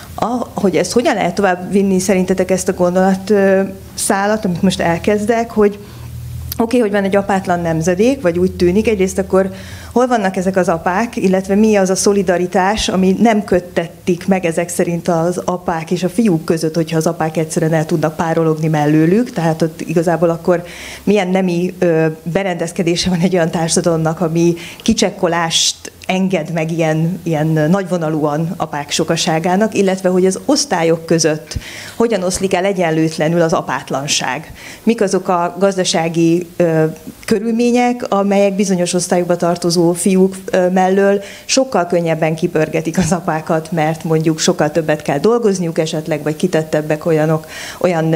hogy ezt hogyan lehet tovább vinni szerintetek ezt a gondolatszálat, amit most elkezdek, hogy Oké, hogy van egy apátlan nemzedék, vagy úgy tűnik, egyrészt akkor hol vannak ezek az apák, illetve mi az a szolidaritás, ami nem köttetik meg ezek szerint az apák és a fiúk között, hogyha az apák egyszerűen el tudnak párologni mellőlük, tehát ott igazából akkor milyen nemi berendezkedése van egy olyan társadalomnak, ami kicsekkolást enged meg ilyen nagyvonalúan apák sokaságának, illetve hogy az osztályok között hogyan oszlik el egyenlőtlenül az apátlanság. Mik azok a gazdasági körülmények, amelyek bizonyos osztályokba tartozó fiúk mellől sokkal könnyebben kipörgetik az apákat, mert mondjuk sokkal többet kell dolgozniuk esetleg, vagy kitettebbek olyan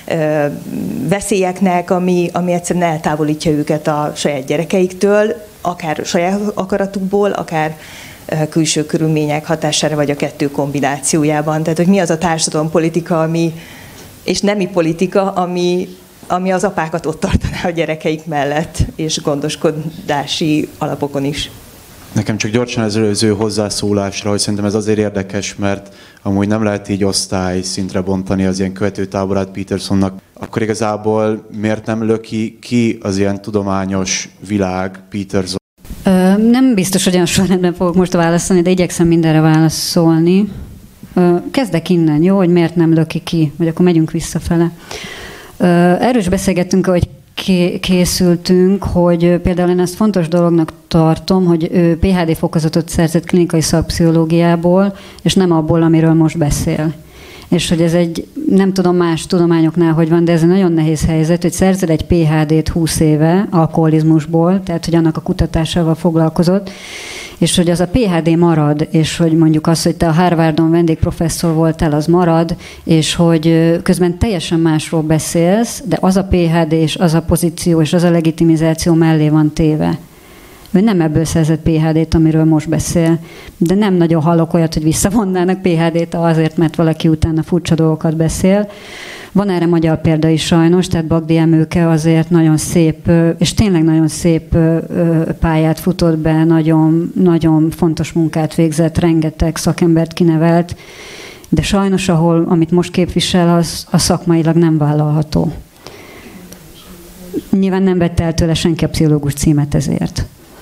veszélyeknek, ami egyszerűen eltávolítja őket a saját gyerekeiktől, akár saját akaratukból, akár külső körülmények hatására, vagy a kettő kombinációjában. Tehát, hogy mi az a társadalompolitika, és nemi politika, ami az apákat ott tartaná a gyerekeik mellett, és gondoskodási alapokon is. Nekem csak gyorsan az előző hozzászólásra, hogy szerintem ez azért érdekes, mert amúgy nem lehet így osztály szintre bontani az ilyen követőtáborát Petersonnak, akkor igazából miért nem löki ki az ilyen tudományos világ Peterson? Nem biztos, hogy olyan sorrendben fogok most válaszolni, de igyekszem mindenre válaszolni. Kezdek innen, jó, hogy miért nem löki ki, vagy akkor megyünk visszafele. Erről is beszélgettünk, hogy készültünk, hogy például én ezt fontos dolognak tartom, hogy ő PhD fokozatot szerzett klinikai szakpszichológiából, és nem abból, amiről most beszél. És hogy ez egy, nem tudom más tudományoknál, hogy van, de ez egy nagyon nehéz helyzet, hogy szerzed egy PhD-t 20 éve alkoholizmusból, tehát hogy annak a kutatásával foglalkozott, és hogy az a PhD marad, és hogy mondjuk az, hogy te a Harvardon vendégprofesszor voltál, az marad, és hogy közben teljesen másról beszélsz, de az a PhD és az a pozíció és az a legitimizáció mellé van téve. Ő nem ebből szerzett PhD-t, amiről most beszél, de nem nagyon hallok olyat, hogy visszavonnának PhD-t azért, mert valaki utána furcsa dolgokat beszél. Van erre magyar példa is sajnos, tehát Bagdi Emőke azért nagyon szép, és tényleg nagyon szép pályát futott be, nagyon, nagyon fontos munkát végzett, rengeteg szakembert kinevelt, de sajnos, amit most képvisel, az szakmailag nem vállalható. Nyilván nem vette el tőle senki a pszichológus címet ezért.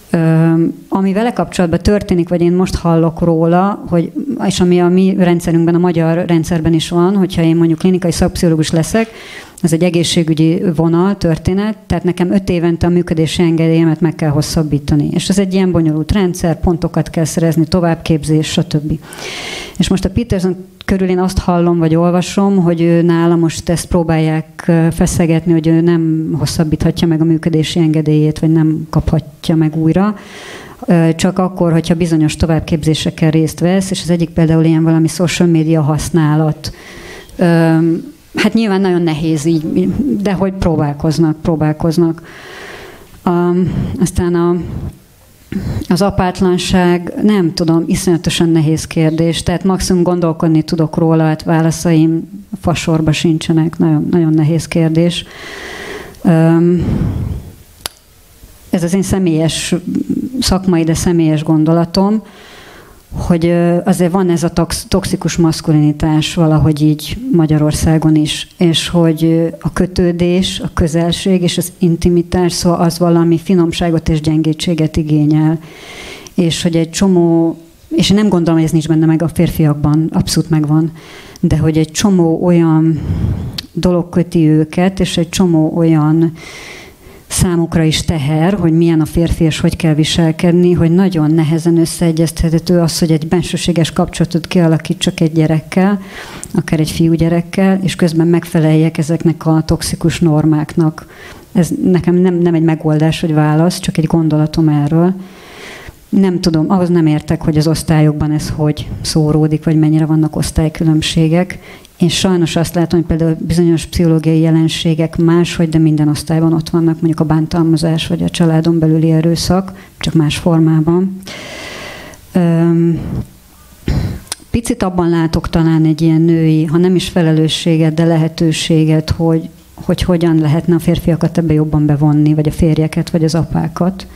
Ami vele kapcsolatban történik, vagy én most hallok róla, és ami a mi rendszerünkben, a magyar rendszerben is van, hogyha én mondjuk klinikai szakpszichológus leszek, ez egy egészségügyi vonal, történet, tehát nekem 5 évente a működési engedélyemet meg kell hosszabbítani. És ez egy ilyen bonyolult rendszer, pontokat kell szerezni, továbbképzés, stb. És most a Peterson körül én azt hallom, vagy olvasom, hogy ő nála most ezt próbálják feszegetni, hogy ő nem hosszabbíthatja meg a működési engedélyét, vagy nem kaphatja meg újra, csak akkor, hogyha bizonyos továbbképzéseken részt vesz, és az egyik például ilyen valami social media használat. Hát nyilván nagyon nehéz így, de hogy próbálkoznak. Aztán az apátlanság, nem tudom, iszonyatosan nehéz kérdés, tehát maximum gondolkodni tudok róla, hát válaszaim fasorba sincsenek, nagyon, nagyon nehéz kérdés. Ez az én személyes, szakmai, de személyes gondolatom, hogy azért van ez a toxikus maszkulinitás valahogy így Magyarországon is, és hogy a kötődés, a közelség és az intimitás, szóval az valami finomságot és gyengétséget igényel. És hogy egy csomó, és én nem gondolom, hogy ez nincs benne meg a férfiakban, abszolút megvan, de hogy egy csomó olyan dolog köti őket, és egy csomó olyan számukra is teher, hogy milyen a férfi és hogy kell viselkedni, hogy nagyon nehezen összeegyeztethető az, hogy egy bensőséges kapcsolatot kialakítsak egy gyerekkel, akár egy fiúgyerekkel, és közben megfeleljek ezeknek a toxikus normáknak. Ez nekem nem egy megoldás vagy válasz, csak egy gondolatom erről. Nem tudom, ahhoz nem értek, hogy az osztályokban ez hogy szóródik, vagy mennyire vannak osztálykülönbségek. Én sajnos azt látom, hogy például bizonyos pszichológiai jelenségek máshogy, de minden osztályban ott vannak, mondjuk a bántalmazás, vagy a családon belüli erőszak, csak más formában. Picit abban látok talán egy ilyen női, ha nem is felelősséget, de lehetőséget, hogy hogyan lehetne a férfiakat ebbe jobban bevonni, vagy a férjeket, vagy az apákat.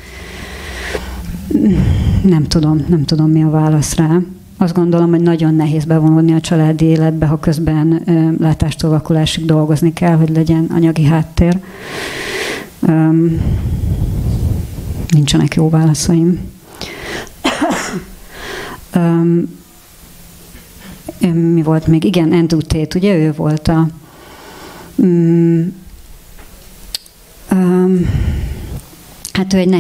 Nem tudom, mi a válasz rá. Azt gondolom, hogy nagyon nehéz bevonulni a családi életbe, ha közben látástól vakulásig dolgozni kell, hogy legyen anyagi háttér. Nincsenek jó válaszaim. Mi volt még? Igen, Andrew Tate, ugye ő volt a... hát ő egy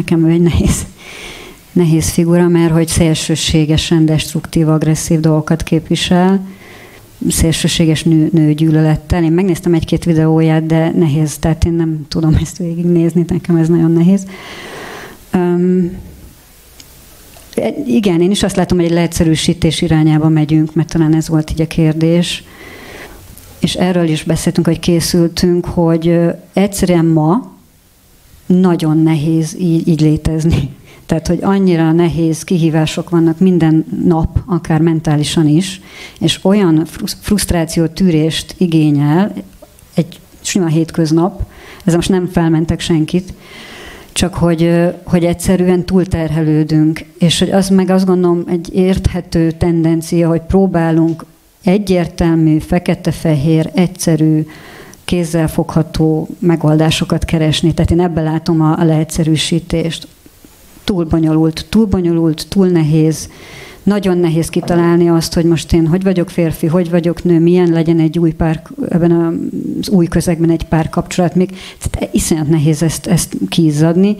nehéz figura, mert hogy szélsőségesen destruktív, agresszív dolgokat képvisel, szélsőséges nőgyűlölettel. Én megnéztem 1-2 videóját, de nehéz, tehát én nem tudom ezt végignézni, nekem ez nagyon nehéz. Igen, én is azt látom, hogy egy leegyszerűsítés irányába megyünk, mert talán ez volt így a kérdés. És erről is beszéltünk, hogy készültünk, hogy egyszerűen ma nagyon nehéz így létezni. Tehát, hogy annyira nehéz kihívások vannak minden nap, akár mentálisan is, és olyan frusztrációtűrést igényel egy sima hétköznap, ezzel most nem felmentek senkit, csak hogy egyszerűen túlterhelődünk, és hogy az meg azt gondolom egy érthető tendencia, hogy próbálunk egyértelmű, fekete-fehér, egyszerű, kézzelfogható megoldásokat keresni. Tehát én ebben látom a leegyszerűsítést. Túl bonyolult, túl nehéz. Nagyon nehéz kitalálni azt, hogy most én hogy vagyok férfi, hogy vagyok nő, milyen legyen egy új pár, ebben az új közegben egy párkapcsolat. Még iszonyat nehéz ezt kiizzadni.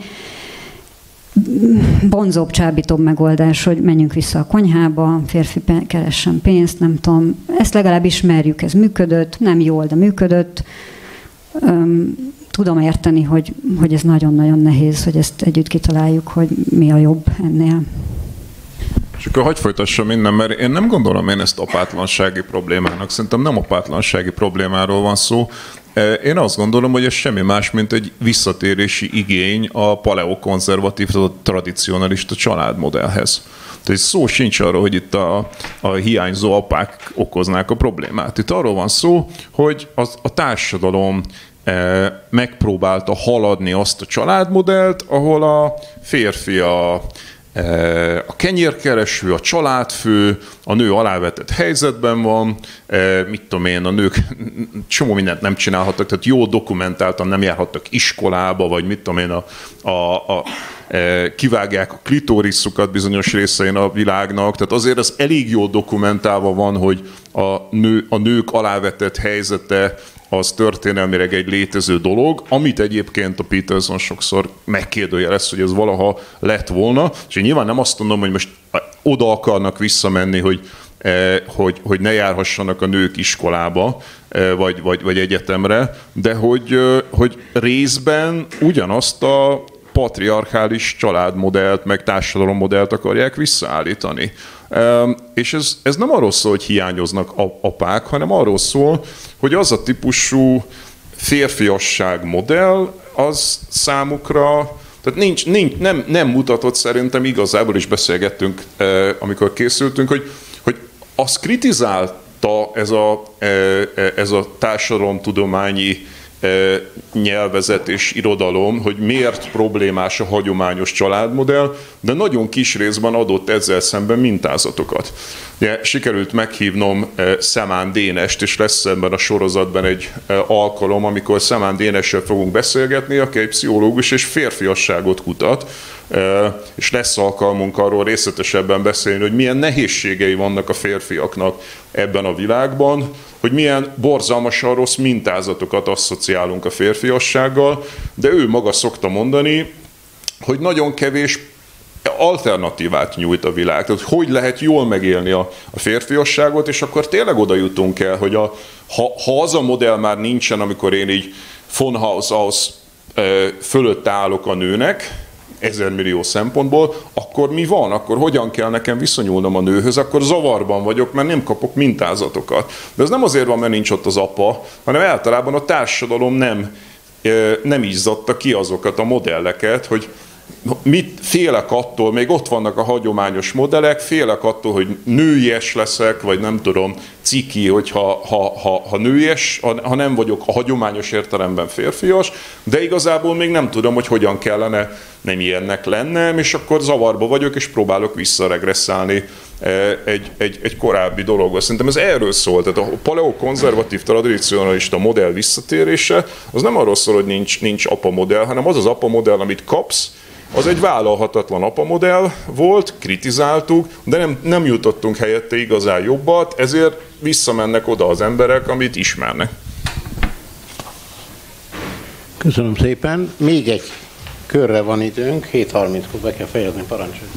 Bonzóbb, csábítóbb megoldás, hogy menjünk vissza a konyhába, férfi keressen pénzt, nem tudom. Ezt legalább ismerjük, ez működött, nem jól, de működött. Tudom érteni, hogy ez nagyon-nagyon nehéz, hogy ezt együtt kitaláljuk, hogy mi a jobb ennél. És akkor hagyj folytassam innen, mert én nem gondolom ezt apátlansági problémának. Szerintem nem apátlansági problémáról van szó. Én azt gondolom, hogy ez semmi más, mint egy visszatérési igény a paleokonzervatív, tradicionalista családmodellhez. Tehát szó sincs arról, hogy itt a hiányzó apák okoznák a problémát. Itt arról van szó, hogy a társadalom megpróbálta haladni azt a családmodellt, ahol a férfi a a kenyérkereső, a családfő, a nő alávetett helyzetben van, mit tudom én, a nők csomó mindent nem csinálhattak, tehát jó dokumentáltan nem járhattak iskolába, vagy mit tudom én, kivágják a klitóriszukat bizonyos részein a világnak, tehát azért ez elég jó dokumentálva van, hogy a nők alávetett helyzete az történelmileg egy létező dolog, amit egyébként a Peterson sokszor megkérdőjelez, hogy ez valaha lett volna, és én nyilván nem azt mondom, hogy most oda akarnak visszamenni, hogy ne járhassanak a nők iskolába, vagy egyetemre, de hogy részben ugyanazt a patriarchális családmodellt, meg társadalommodellt akarják visszaállítani. És ez nem arról szól, hogy hiányoznak apák, hanem arról szól, hogy az a típusú férfiasság modell, az számukra, tehát nem mutatott szerintem, igazából is beszélgettünk, amikor készültünk, hogy azt kritizálta ez a társadalomtudományi nyelvezet és irodalom, hogy miért problémás a hagyományos családmodell, de nagyon kis részben adott ezzel szemben mintázatokat. Ugye, sikerült meghívnom Szemán Dénest, és lesz ebben a sorozatban egy alkalom, amikor Szemán Dénessel fogunk beszélgetni, aki egy pszichológus és férfiasságot kutat, és lesz alkalmunk arról részletesebben beszélni, hogy milyen nehézségei vannak a férfiaknak ebben a világban, hogy milyen borzalmasan rossz mintázatokat asszociálunk a férfiassággal, de ő maga szokta mondani, hogy nagyon kevés alternatívát nyújt a világ. Tehát hogy lehet jól megélni a férfiasságot, és akkor tényleg oda jutunk el, hogy ha az a modell már nincsen, amikor én így von Haus aus fölött állok a nőnek, 1000 millió szempontból, akkor mi van? Akkor hogyan kell nekem viszonyulnom a nőhöz? Akkor zavarban vagyok, mert nem kapok mintázatokat. De ez nem azért van, mert nincs ott az apa, hanem általában a társadalom nem izzatta ki azokat a modelleket, hogy mit félek attól, még ott vannak a hagyományos modellek, félek attól, hogy nőies leszek, vagy nem tudom, ciki, hogyha nőies, ha nem vagyok a hagyományos értelemben férfias, de igazából még nem tudom, hogy hogyan kellene nem ilyennek lennem, és akkor zavarba vagyok, és próbálok visszaregresszálni egy korábbi dologba. Szerintem ez erről szól, tehát a paleokonzervatív tradicionalista modell visszatérése, az nem arról szól, hogy nincs apa modell, hanem az apa modell, amit kapsz, az egy vállalhatatlan apamodell volt, kritizáltuk, de nem jutottunk helyette igazán jobbat, ezért visszamennek oda az emberek, amit ismernek. Köszönöm szépen. Még egy körre van időnk, 7:30-kor be kell fejezni, parancsolj.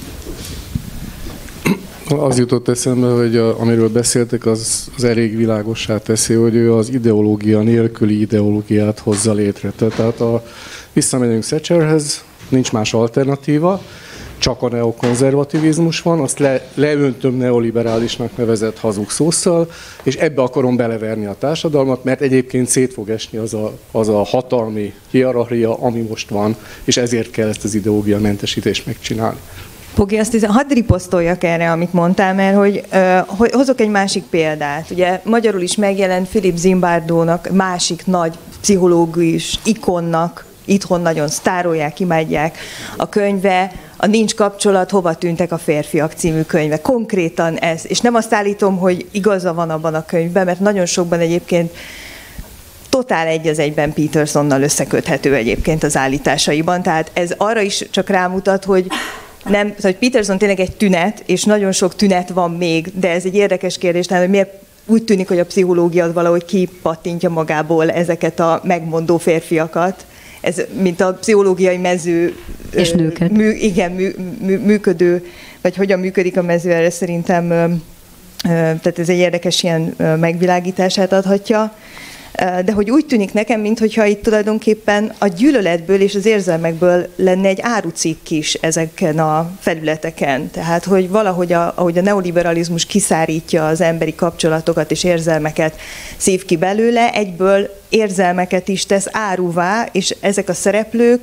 Az jutott eszembe, hogy amiről beszéltek, az elég világossá teszi, hogy ő az ideológia nélküli ideológiát hozza létre. Tehát visszamegyünk Thatcherhez, nincs más alternatíva, csak a neokonzervativizmus van, azt leöntöm neoliberálisnak nevezett hazug szósszal, és ebbe akarom beleverni a társadalmat, mert egyébként szét fog esni az a hatalmi hierarchia, ami most van, és ezért kell ezt az ideológiamentesítést megcsinálni. Pogi, azt hiszem, hadd riposztoljak erre, amit mondtál, mert hogy hozok egy másik példát. Ugye magyarul is megjelent Philip Zimbardo-nak, másik nagy pszichológus ikonnak, itthon nagyon sztárolják, imádják a könyve, a Nincs kapcsolat, hova tűntek a férfiak című könyve. Konkrétan ez, és nem azt állítom, hogy igaza van abban a könyvben, mert nagyon sokban egyébként totál egy az egyben Petersonnal összeköthető egyébként az állításaiban. Tehát ez arra is csak rámutat, hogy Peterson tényleg egy tünet, és nagyon sok tünet van még, de ez egy érdekes kérdés, tehát, hogy miért úgy tűnik, hogy a pszichológia az valahogy kipattintja magából ezeket a megmondó férfiakat. Ez, mint a pszichológiai mező... És nőket. Működő, vagy hogyan működik a mező, erre szerintem, tehát ez egy érdekes ilyen megvilágítását adhatja. De hogy úgy tűnik nekem, mintha itt tulajdonképpen a gyűlöletből és az érzelmekből lenne egy árucikk is ezeken a felületeken. Tehát, hogy valahogy ahogy a neoliberalizmus kiszárítja az emberi kapcsolatokat és érzelmeket szív ki belőle, egyből érzelmeket is tesz áruvá, és ezek a szereplők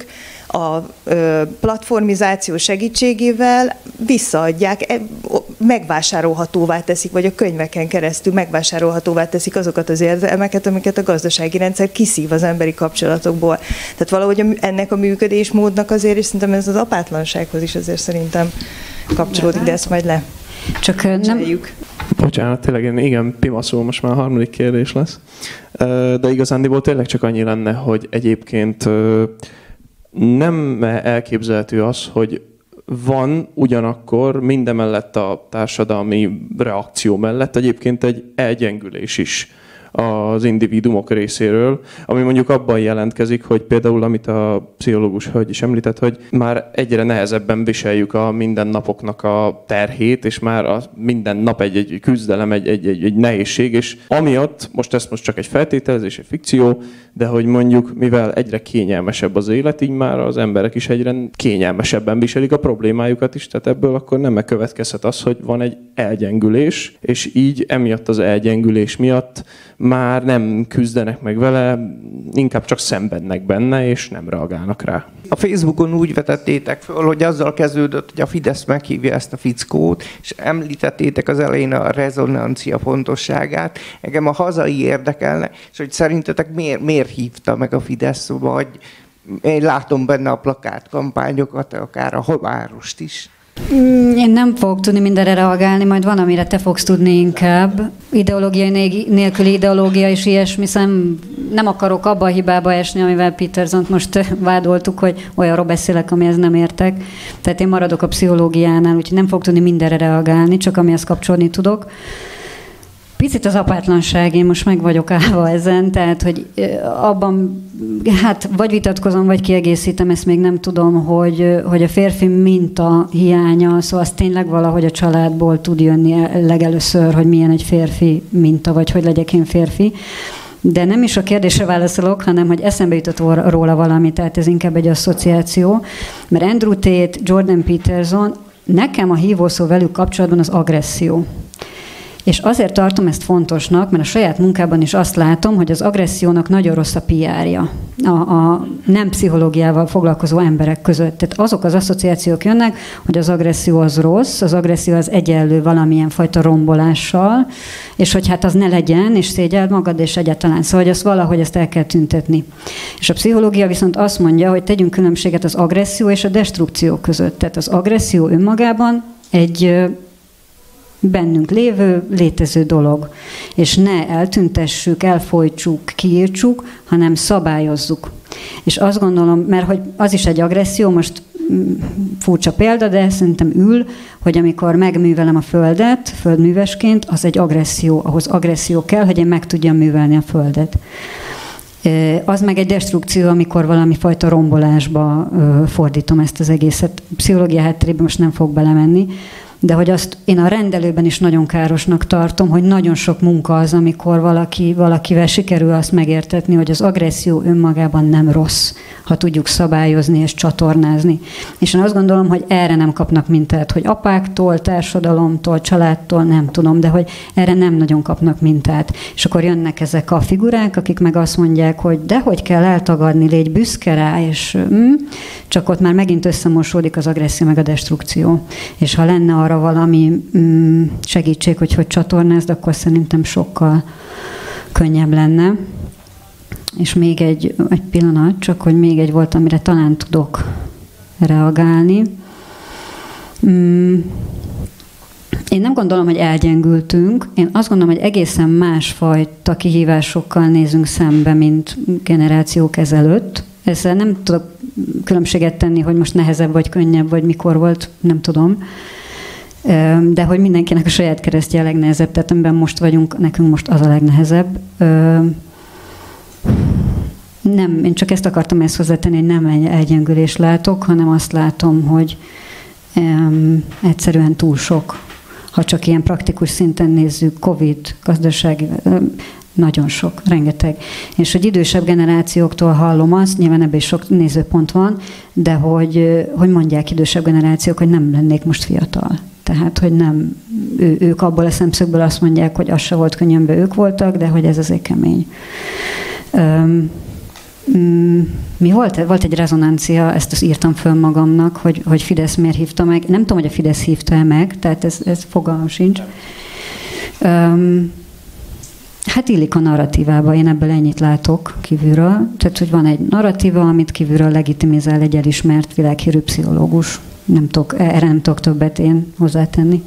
a platformizáció segítségével visszaadják, megvásárolhatóvá teszik, vagy a könyveken keresztül megvásárolhatóvá teszik azokat az érzelmeket, amiket a gazdasági rendszer kiszív az emberi kapcsolatokból. Tehát valahogy ennek a működésmódnak azért, és szerintem ez az apátlansághoz is azért szerintem kapcsolódik, de ezt majd le. Csak nem... Bocsánat, tényleg igen, pimaszul, most már a harmadik kérdés lesz. De igazándiból tényleg csak annyi lenne, hogy egyébként nem elképzelhető az, hogy van ugyanakkor mindemellett a társadalmi reakció mellett egyébként egy elgyengülés is az individuumok részéről, ami mondjuk abban jelentkezik, hogy például, amit a pszichológus hölgy is említett, hogy már egyre nehezebben viseljük a mindennapoknak a terhét, és már a minden nap egy küzdelem, egy nehézség, és amiatt, most csak egy feltételezés, egy fikció, de hogy mondjuk, mivel egyre kényelmesebb az élet, így már az emberek is egyre kényelmesebben viselik a problémájukat is, tehát ebből akkor nem megkövetkezhet az, hogy van egy elgyengülés, és így emiatt az elgyengülés miatt már nem küzdenek meg vele, inkább csak szenvednek benne, és nem reagálnak rá. A Facebookon úgy vetettétek föl, hogy azzal kezdődött, hogy a Fidesz meghívja ezt a fickót, és említettétek az elején a rezonancia fontosságát. Engem a hazai érdekelne, és hogy szerintetek miért hívta meg a Fidesz, vagy én látom benne a plakátkampányokat, akár a várost is. Én nem fogok tudni mindenre reagálni, majd van, amire te fogsz tudni inkább. Ideológiai nélküli ideológia és ilyesmi, nem akarok abba a hibába esni, amivel Petersont most vádoltuk, hogy olyanról beszélek, amihez nem értek. Tehát én maradok a pszichológiánál, úgyhogy nem fogok tudni mindenre reagálni, csak amihez kapcsolni tudok. Picit az apátlanság, én most meg vagyok állva ezen, tehát, hogy abban, hát vagy vitatkozom, vagy kiegészítem, ezt még nem tudom, hogy a férfi minta hiánya, szóval az tényleg valahogy a családból tud jönni legelőször, hogy milyen egy férfi minta, vagy hogy legyek én férfi. De nem is a kérdésre válaszolok, hanem hogy eszembe jutott róla valami, tehát ez inkább egy asszociáció, mert Andrew Tate, Jordan Peterson, nekem a hívószó velük kapcsolatban az agresszió. És azért tartom ezt fontosnak, mert a saját munkában is azt látom, hogy az agressziónak nagyon rossz a PR-ja a nem pszichológiával foglalkozó emberek között. Tehát azok az asszociációk jönnek, hogy az agresszió az rossz, az agresszió az egyenlő valamilyen fajta rombolással, és hogy hát az ne legyen, és szégyeld magad, és egyáltalán. Szóval, hogy azt valahogy ezt el kell tüntetni. És a pszichológia viszont azt mondja, hogy tegyünk különbséget az agresszió és a destrukció között. Tehát az agresszió önmagában egy bennünk lévő, létező dolog. És ne eltüntessük, elfojtsuk, kiírtsuk, hanem szabályozzuk. És azt gondolom, mert hogy az is egy agresszió, most furcsa példa, de szerintem hogy amikor megművelem a földet, földművesként, az egy agresszió. Ahhoz agresszió kell, hogy én meg tudjam művelni a földet. Az meg egy destrukció, amikor valami fajta rombolásba fordítom ezt az egészet. Pszichológia hátterében most nem fog belemenni, de hogy azt én a rendelőben is nagyon károsnak tartom, hogy nagyon sok munka az, amikor valakivel sikerül azt megértetni, hogy az agresszió önmagában nem rossz, ha tudjuk szabályozni és csatornázni. És én azt gondolom, hogy erre nem kapnak mintát, hogy apáktól, társadalomtól, családtól, nem tudom, de hogy erre nem nagyon kapnak mintát. És akkor jönnek ezek a figurák, akik meg azt mondják, hogy dehogy kell eltagadni, légy büszke rá, és csak ott már megint összemosódik az agresszió meg a destrukció. És ha lenne arra valami segítség, hogy csatornázd, akkor szerintem sokkal könnyebb lenne. És még egy pillanat, csak hogy még egy volt, amire talán tudok reagálni. Én nem gondolom, hogy elgyengültünk. Én azt gondolom, hogy egészen másfajta kihívásokkal nézünk szembe, mint generációk ezelőtt. Ezzel nem tudok különbséget tenni, hogy most nehezebb vagy könnyebb, vagy mikor volt, nem tudom. De hogy mindenkinek a saját keresztje a legnehezebb, tehát amiben most vagyunk, nekünk most az a legnehezebb. Nem, én csak ezt akartam ezt hozzátenni, hogy nem egy elgyengülést látok, hanem azt látom, hogy egyszerűen túl sok. Ha csak ilyen praktikus szinten nézzük, Covid, gazdasági, nagyon sok, rengeteg. És hogy idősebb generációktól hallom azt, nyilván ebben is sok nézőpont van, de hogy mondják idősebb generációk, hogy nem lennék most fiatal. Tehát, hogy nem, ők abból a szemszögből azt mondják, hogy az se volt könnyűben, ők voltak, de hogy ez azért kemény. Mi volt egy rezonancia, ezt írtam föl magamnak, hogy Fidesz miért hívta meg. Nem tudom, hogy a Fidesz hívta-e meg, tehát ez fogalmam sincs. Hát illik a narratívába, én ebből ennyit látok kívülről. Tehát, hogy van egy narratíva, amit kívülről legitimizál egy elismert világhírű pszichológus. Erre nem tudok többet én hozzátenni.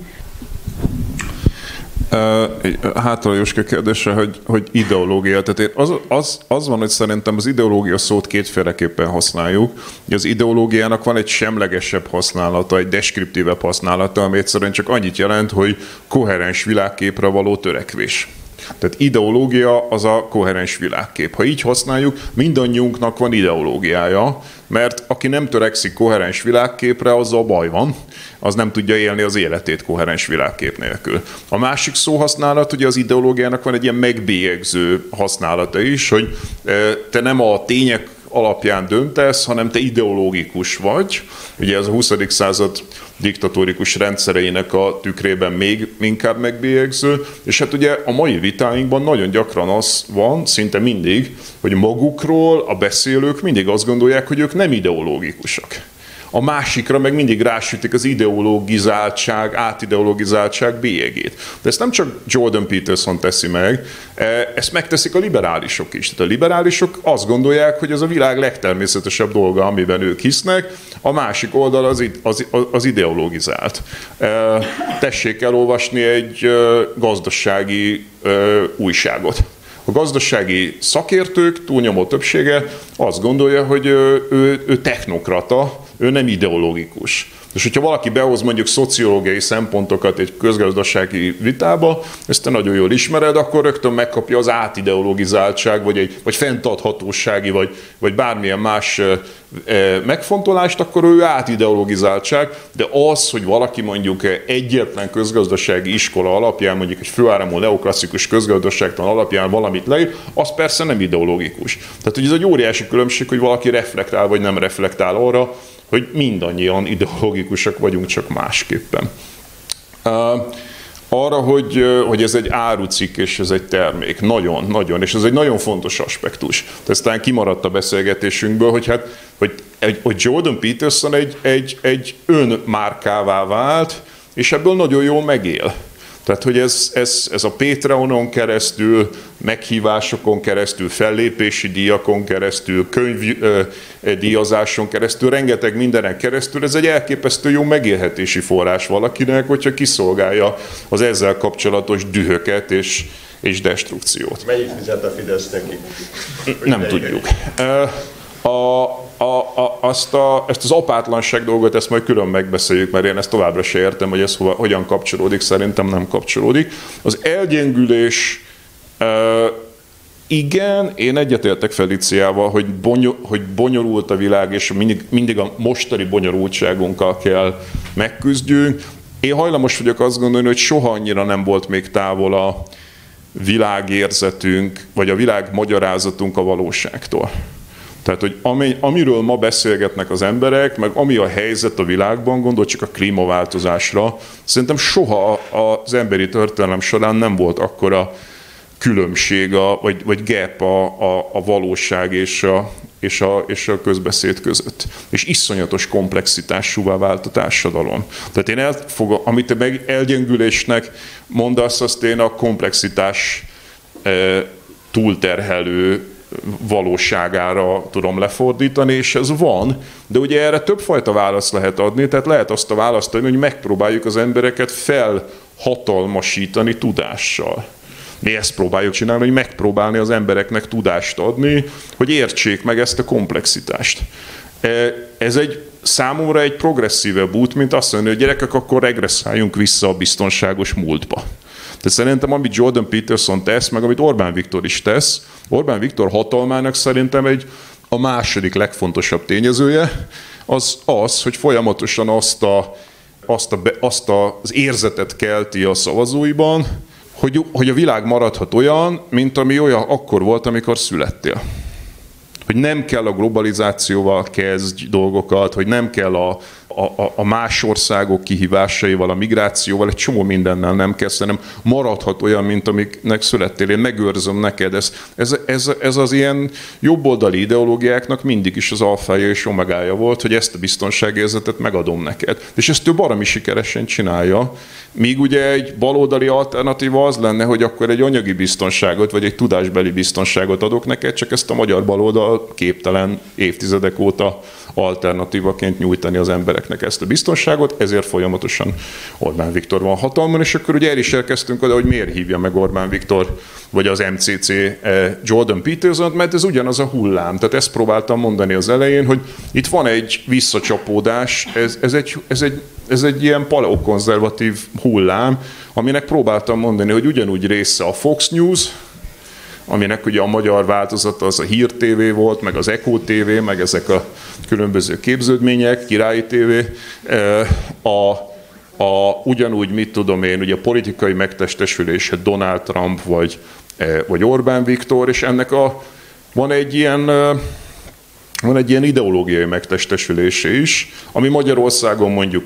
Hátra Jóska kérdése, hogy ideológia. Tehát az van, hogy szerintem az ideológia szót kétféleképpen használjuk. Az ideológiának van egy semlegesebb használata, egy deskriptívebb használata, ami egyszerűen csak annyit jelent, hogy koherens világképre való törekvés. Tehát ideológia az a koherens világkép. Ha így használjuk, mindannyiunknak van ideológiája, mert aki nem törekszik koherens világképre, azzal baj van, az nem tudja élni az életét koherens világkép nélkül. A másik szóhasználat, ugye az ideológiának van egy ilyen megbélyegző használata is, hogy te nem a tények alapján döntesz, hanem te ideológikus vagy. Ugye ez a 20. század diktatórikus rendszereinek a tükrében még inkább megbélyegző, és hát ugye a mai vitáinkban nagyon gyakran az van, szinte mindig, hogy magukról a beszélők mindig azt gondolják, hogy ők nem ideológikusak. A másikra meg mindig rásütik az ideologizáltság, átideologizáltság bélyegét. De ezt nem csak Jordan Peterson teszi meg, ezt megteszik a liberálisok is. Tehát a liberálisok azt gondolják, hogy ez a világ legtermészetesebb dolga, amiben ők hisznek, a másik oldal az ideologizált. Tessék elolvasni egy gazdasági újságot. A gazdasági szakértők túlnyomó többsége azt gondolja, hogy ő technokrata, ő nem ideológikus. És hogyha valaki behoz mondjuk szociológiai szempontokat egy közgazdasági vitába, ezt te nagyon jól ismered, akkor rögtön megkapja az átideologizáltság, vagy fenntarthatósági, vagy bármilyen más megfontolást, akkor ő átideologizáltság, de az, hogy valaki mondjuk egyetlen közgazdasági iskola alapján, mondjuk egy főáramú neoklasszikus közgazdaságtan alapján valamit leír, az persze nem ideológikus. Tehát, hogy ez egy óriási különbség, hogy valaki reflektál, vagy nem reflektál arra, hogy mindannyian ideológikusak vagyunk, csak másképpen. Arra, hogy ez egy árucikk és ez egy termék. Nagyon, és ez egy nagyon fontos aspektus. Ez talán kimaradt a beszélgetésünkből, hogy Jordan Peterson egy önmárkává vált, és ebből nagyon jól megél. Tehát, hogy ez a Patreonon keresztül, meghívásokon keresztül, fellépési díjakon keresztül, könyvdíjazáson keresztül, rengeteg mindenen keresztül, ez egy elképesztő jó megélhetési forrás valakinek, hogyha kiszolgálja az ezzel kapcsolatos dühöket és destrukciót. Melyik fizet a Fidesz neki? Nem tudjuk. Ezt az apátlanság dolgot, ezt majd külön megbeszéljük, mert én ezt továbbra se értem, hogy ez hogyan kapcsolódik, szerintem nem kapcsolódik. Az elgyengülés, igen, én egyetértek Feliciával, hogy bonyolult a világ, és mindig a mostani bonyolultságunkkal kell megküzdjünk. Én hajlamos vagyok azt gondolni, hogy soha annyira nem volt még távol a világérzetünk, vagy a világmagyarázatunk a valóságtól. Tehát, hogy amiről ma beszélgetnek az emberek, meg ami a helyzet a világban, gondolj csak a klímaváltozásra, szerintem soha az emberi történelem során nem volt akkora különbség, vagy gap a valóság és a közbeszéd között. És iszonyatos komplexitásúvá vált a társadalom. Tehát amit te meg elgyengülésnek mondasz, azt én a komplexitás túlterhelő valóságára tudom lefordítani, és ez van, de ugye erre többfajta választ lehet adni, tehát lehet azt a választ adni, hogy megpróbáljuk az embereket felhatalmasítani tudással. Mi ezt próbáljuk csinálni, hogy megpróbálni az embereknek tudást adni, hogy értsék meg ezt a komplexitást. Ez számomra egy progresszívebb út, mint azt mondani, hogy gyerekek, akkor regresszáljunk vissza a biztonságos múltba. Tehát szerintem, amit Jordan Peterson tesz, meg amit Orbán Viktor is tesz, Orbán Viktor hatalmának szerintem a második legfontosabb tényezője az, hogy folyamatosan azt az érzetet kelti a szavazóiban, hogy a világ maradhat olyan, mint ami olyan akkor volt, amikor születtél. Hogy nem kell a globalizációval kezdj dolgokat, hogy nem kell a más országok kihívásaival, a migrációval, egy csomó mindennel nem kezd, hanem maradhat olyan, mint amiknek születtél. Én megőrzöm neked. Ez az ilyen jobboldali ideológiáknak mindig is az alfája és omegája volt, hogy ezt a biztonságérzetet megadom neked. És ezt ő baromi sikeresen csinálja, míg ugye egy baloldali alternatíva az lenne, hogy akkor egy anyagi biztonságot, vagy egy tudásbeli biztonságot adok neked, csak ezt a magyar baloldal képtelen évtizedek óta alternatívaként nyújtani az embereknek ezt a biztonságot, ezért folyamatosan Orbán Viktor van hatalmon, és akkor ugye el is elkezdtünk oda, hogy miért hívja meg Orbán Viktor, vagy az MCC Jordan Petersont, mert ez ugyanaz a hullám. Tehát ezt próbáltam mondani az elején, hogy itt van egy visszacsapódás, ez egy ilyen paleokonzervatív hullám, aminek próbáltam mondani, hogy ugyanúgy része a Fox News, aminek ugye a magyar változata az a Hír TV volt, meg az Echo TV, meg ezek a különböző képződmények, Királyi TV, ugyanúgy, mit tudom én, ugye a politikai megtestesülése Donald Trump vagy Orbán Viktor, és ennek van egy ilyen ideológiai megtestesülése is, ami Magyarországon mondjuk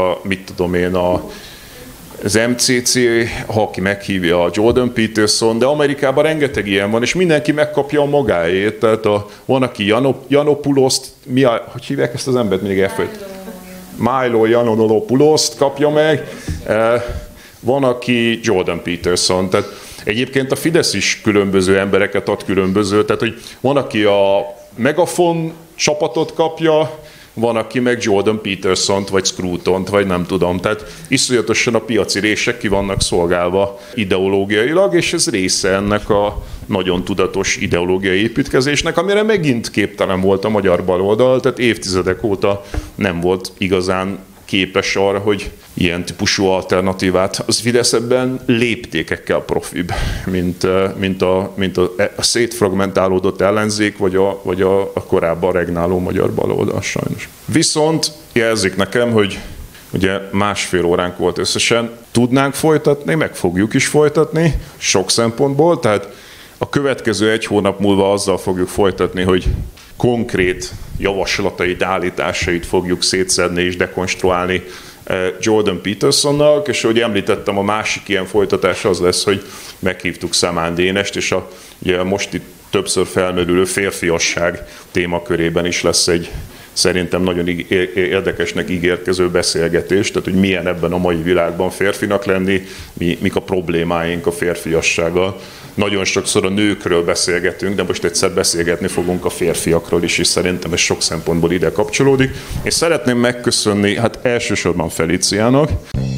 az MCC, ha aki meghívja a Jordan Peterson, de Amerikában rengeteg ilyen van, és mindenki megkapja a magáét. Tehát van, aki Yiannopoulos-t, hogy hívják ezt az embert, mindig elfelejt? Milo Yiannopoulos-t kapja meg, van, aki Jordan Peterson. Tehát egyébként a Fidesz is különböző embereket ad különböző, tehát hogy van, aki a Megafon csapatot kapja, van, aki meg Jordan Petersont, vagy Scrutont, vagy nem tudom. Tehát iszonyatosan a piaci rések ki vannak szolgálva ideológiailag, és ez része ennek a nagyon tudatos ideológiai építkezésnek, amire megint képtelen volt a magyar baloldal, tehát évtizedek óta nem volt igazán képes arra, hogy ilyen típusú alternatívát. Az Fidesz ebben léptékekkel profibb, mint a szétfragmentálódott ellenzék, vagy a korábban regnáló magyar baloldal sajnos. Viszont jelzik nekem, hogy ugye 1,5 óránk volt összesen, tudnánk folytatni, meg fogjuk is folytatni, sok szempontból, tehát a következő 1 hónap múlva azzal fogjuk folytatni, hogy konkrét javaslatait, állításait fogjuk szétszedni és dekonstruálni Jordan Petersonnak, és ahogy említettem, a másik ilyen folytatás az lesz, hogy meghívtuk Szemán Dénest, és ugye most itt többször felmerülő férfiasság témakörében is lesz egy szerintem nagyon érdekesnek ígérkező beszélgetés, tehát hogy milyen ebben a mai világban férfinak lenni, mik a problémáink a férfiassággal. Nagyon sokszor a nőkről beszélgetünk, de most egyszer beszélgetni fogunk a férfiakról is, és szerintem ez sok szempontból ide kapcsolódik. És szeretném megköszönni, elsősorban Feliciának.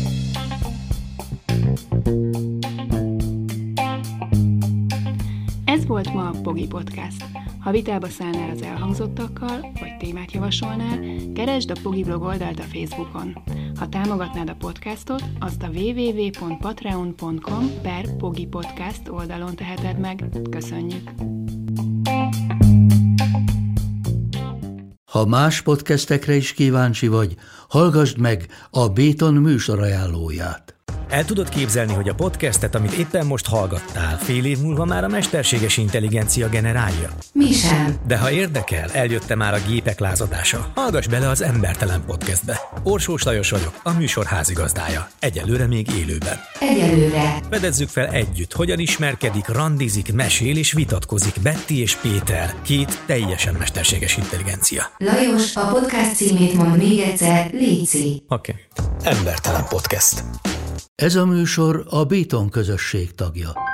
Ez volt ma a Pogi Podcast. Ha vitába szállnál az elhangzottakkal, vagy témát javasolnál, keresd a Pogi blog oldalt a Facebookon. Ha támogatnád a podcastot, azt a www.patreon.com/pogipodcast oldalon teheted meg. Köszönjük! Ha más podcastekre is kíváncsi vagy, hallgassd meg a Béton műsor ajánlóját. El tudod képzelni, hogy a podcastet, amit éppen most hallgattál, fél év múlva már a mesterséges intelligencia generálja? Mi sem. De ha érdekel, eljött már a gépek lázadása. Hallgass bele az Embertelen Podcastbe. Orsós Lajos vagyok, a műsor házigazdája. Egyelőre még élőben. Egyelőre. Fedezzük fel együtt, hogyan ismerkedik, randizik, mesél és vitatkozik Betty és Péter, 2 teljesen mesterséges intelligencia. Lajos, a podcast címét mond még egyszer, léci. Oké. Embertelen Podcast. Ez a műsor a Béton közösség tagja.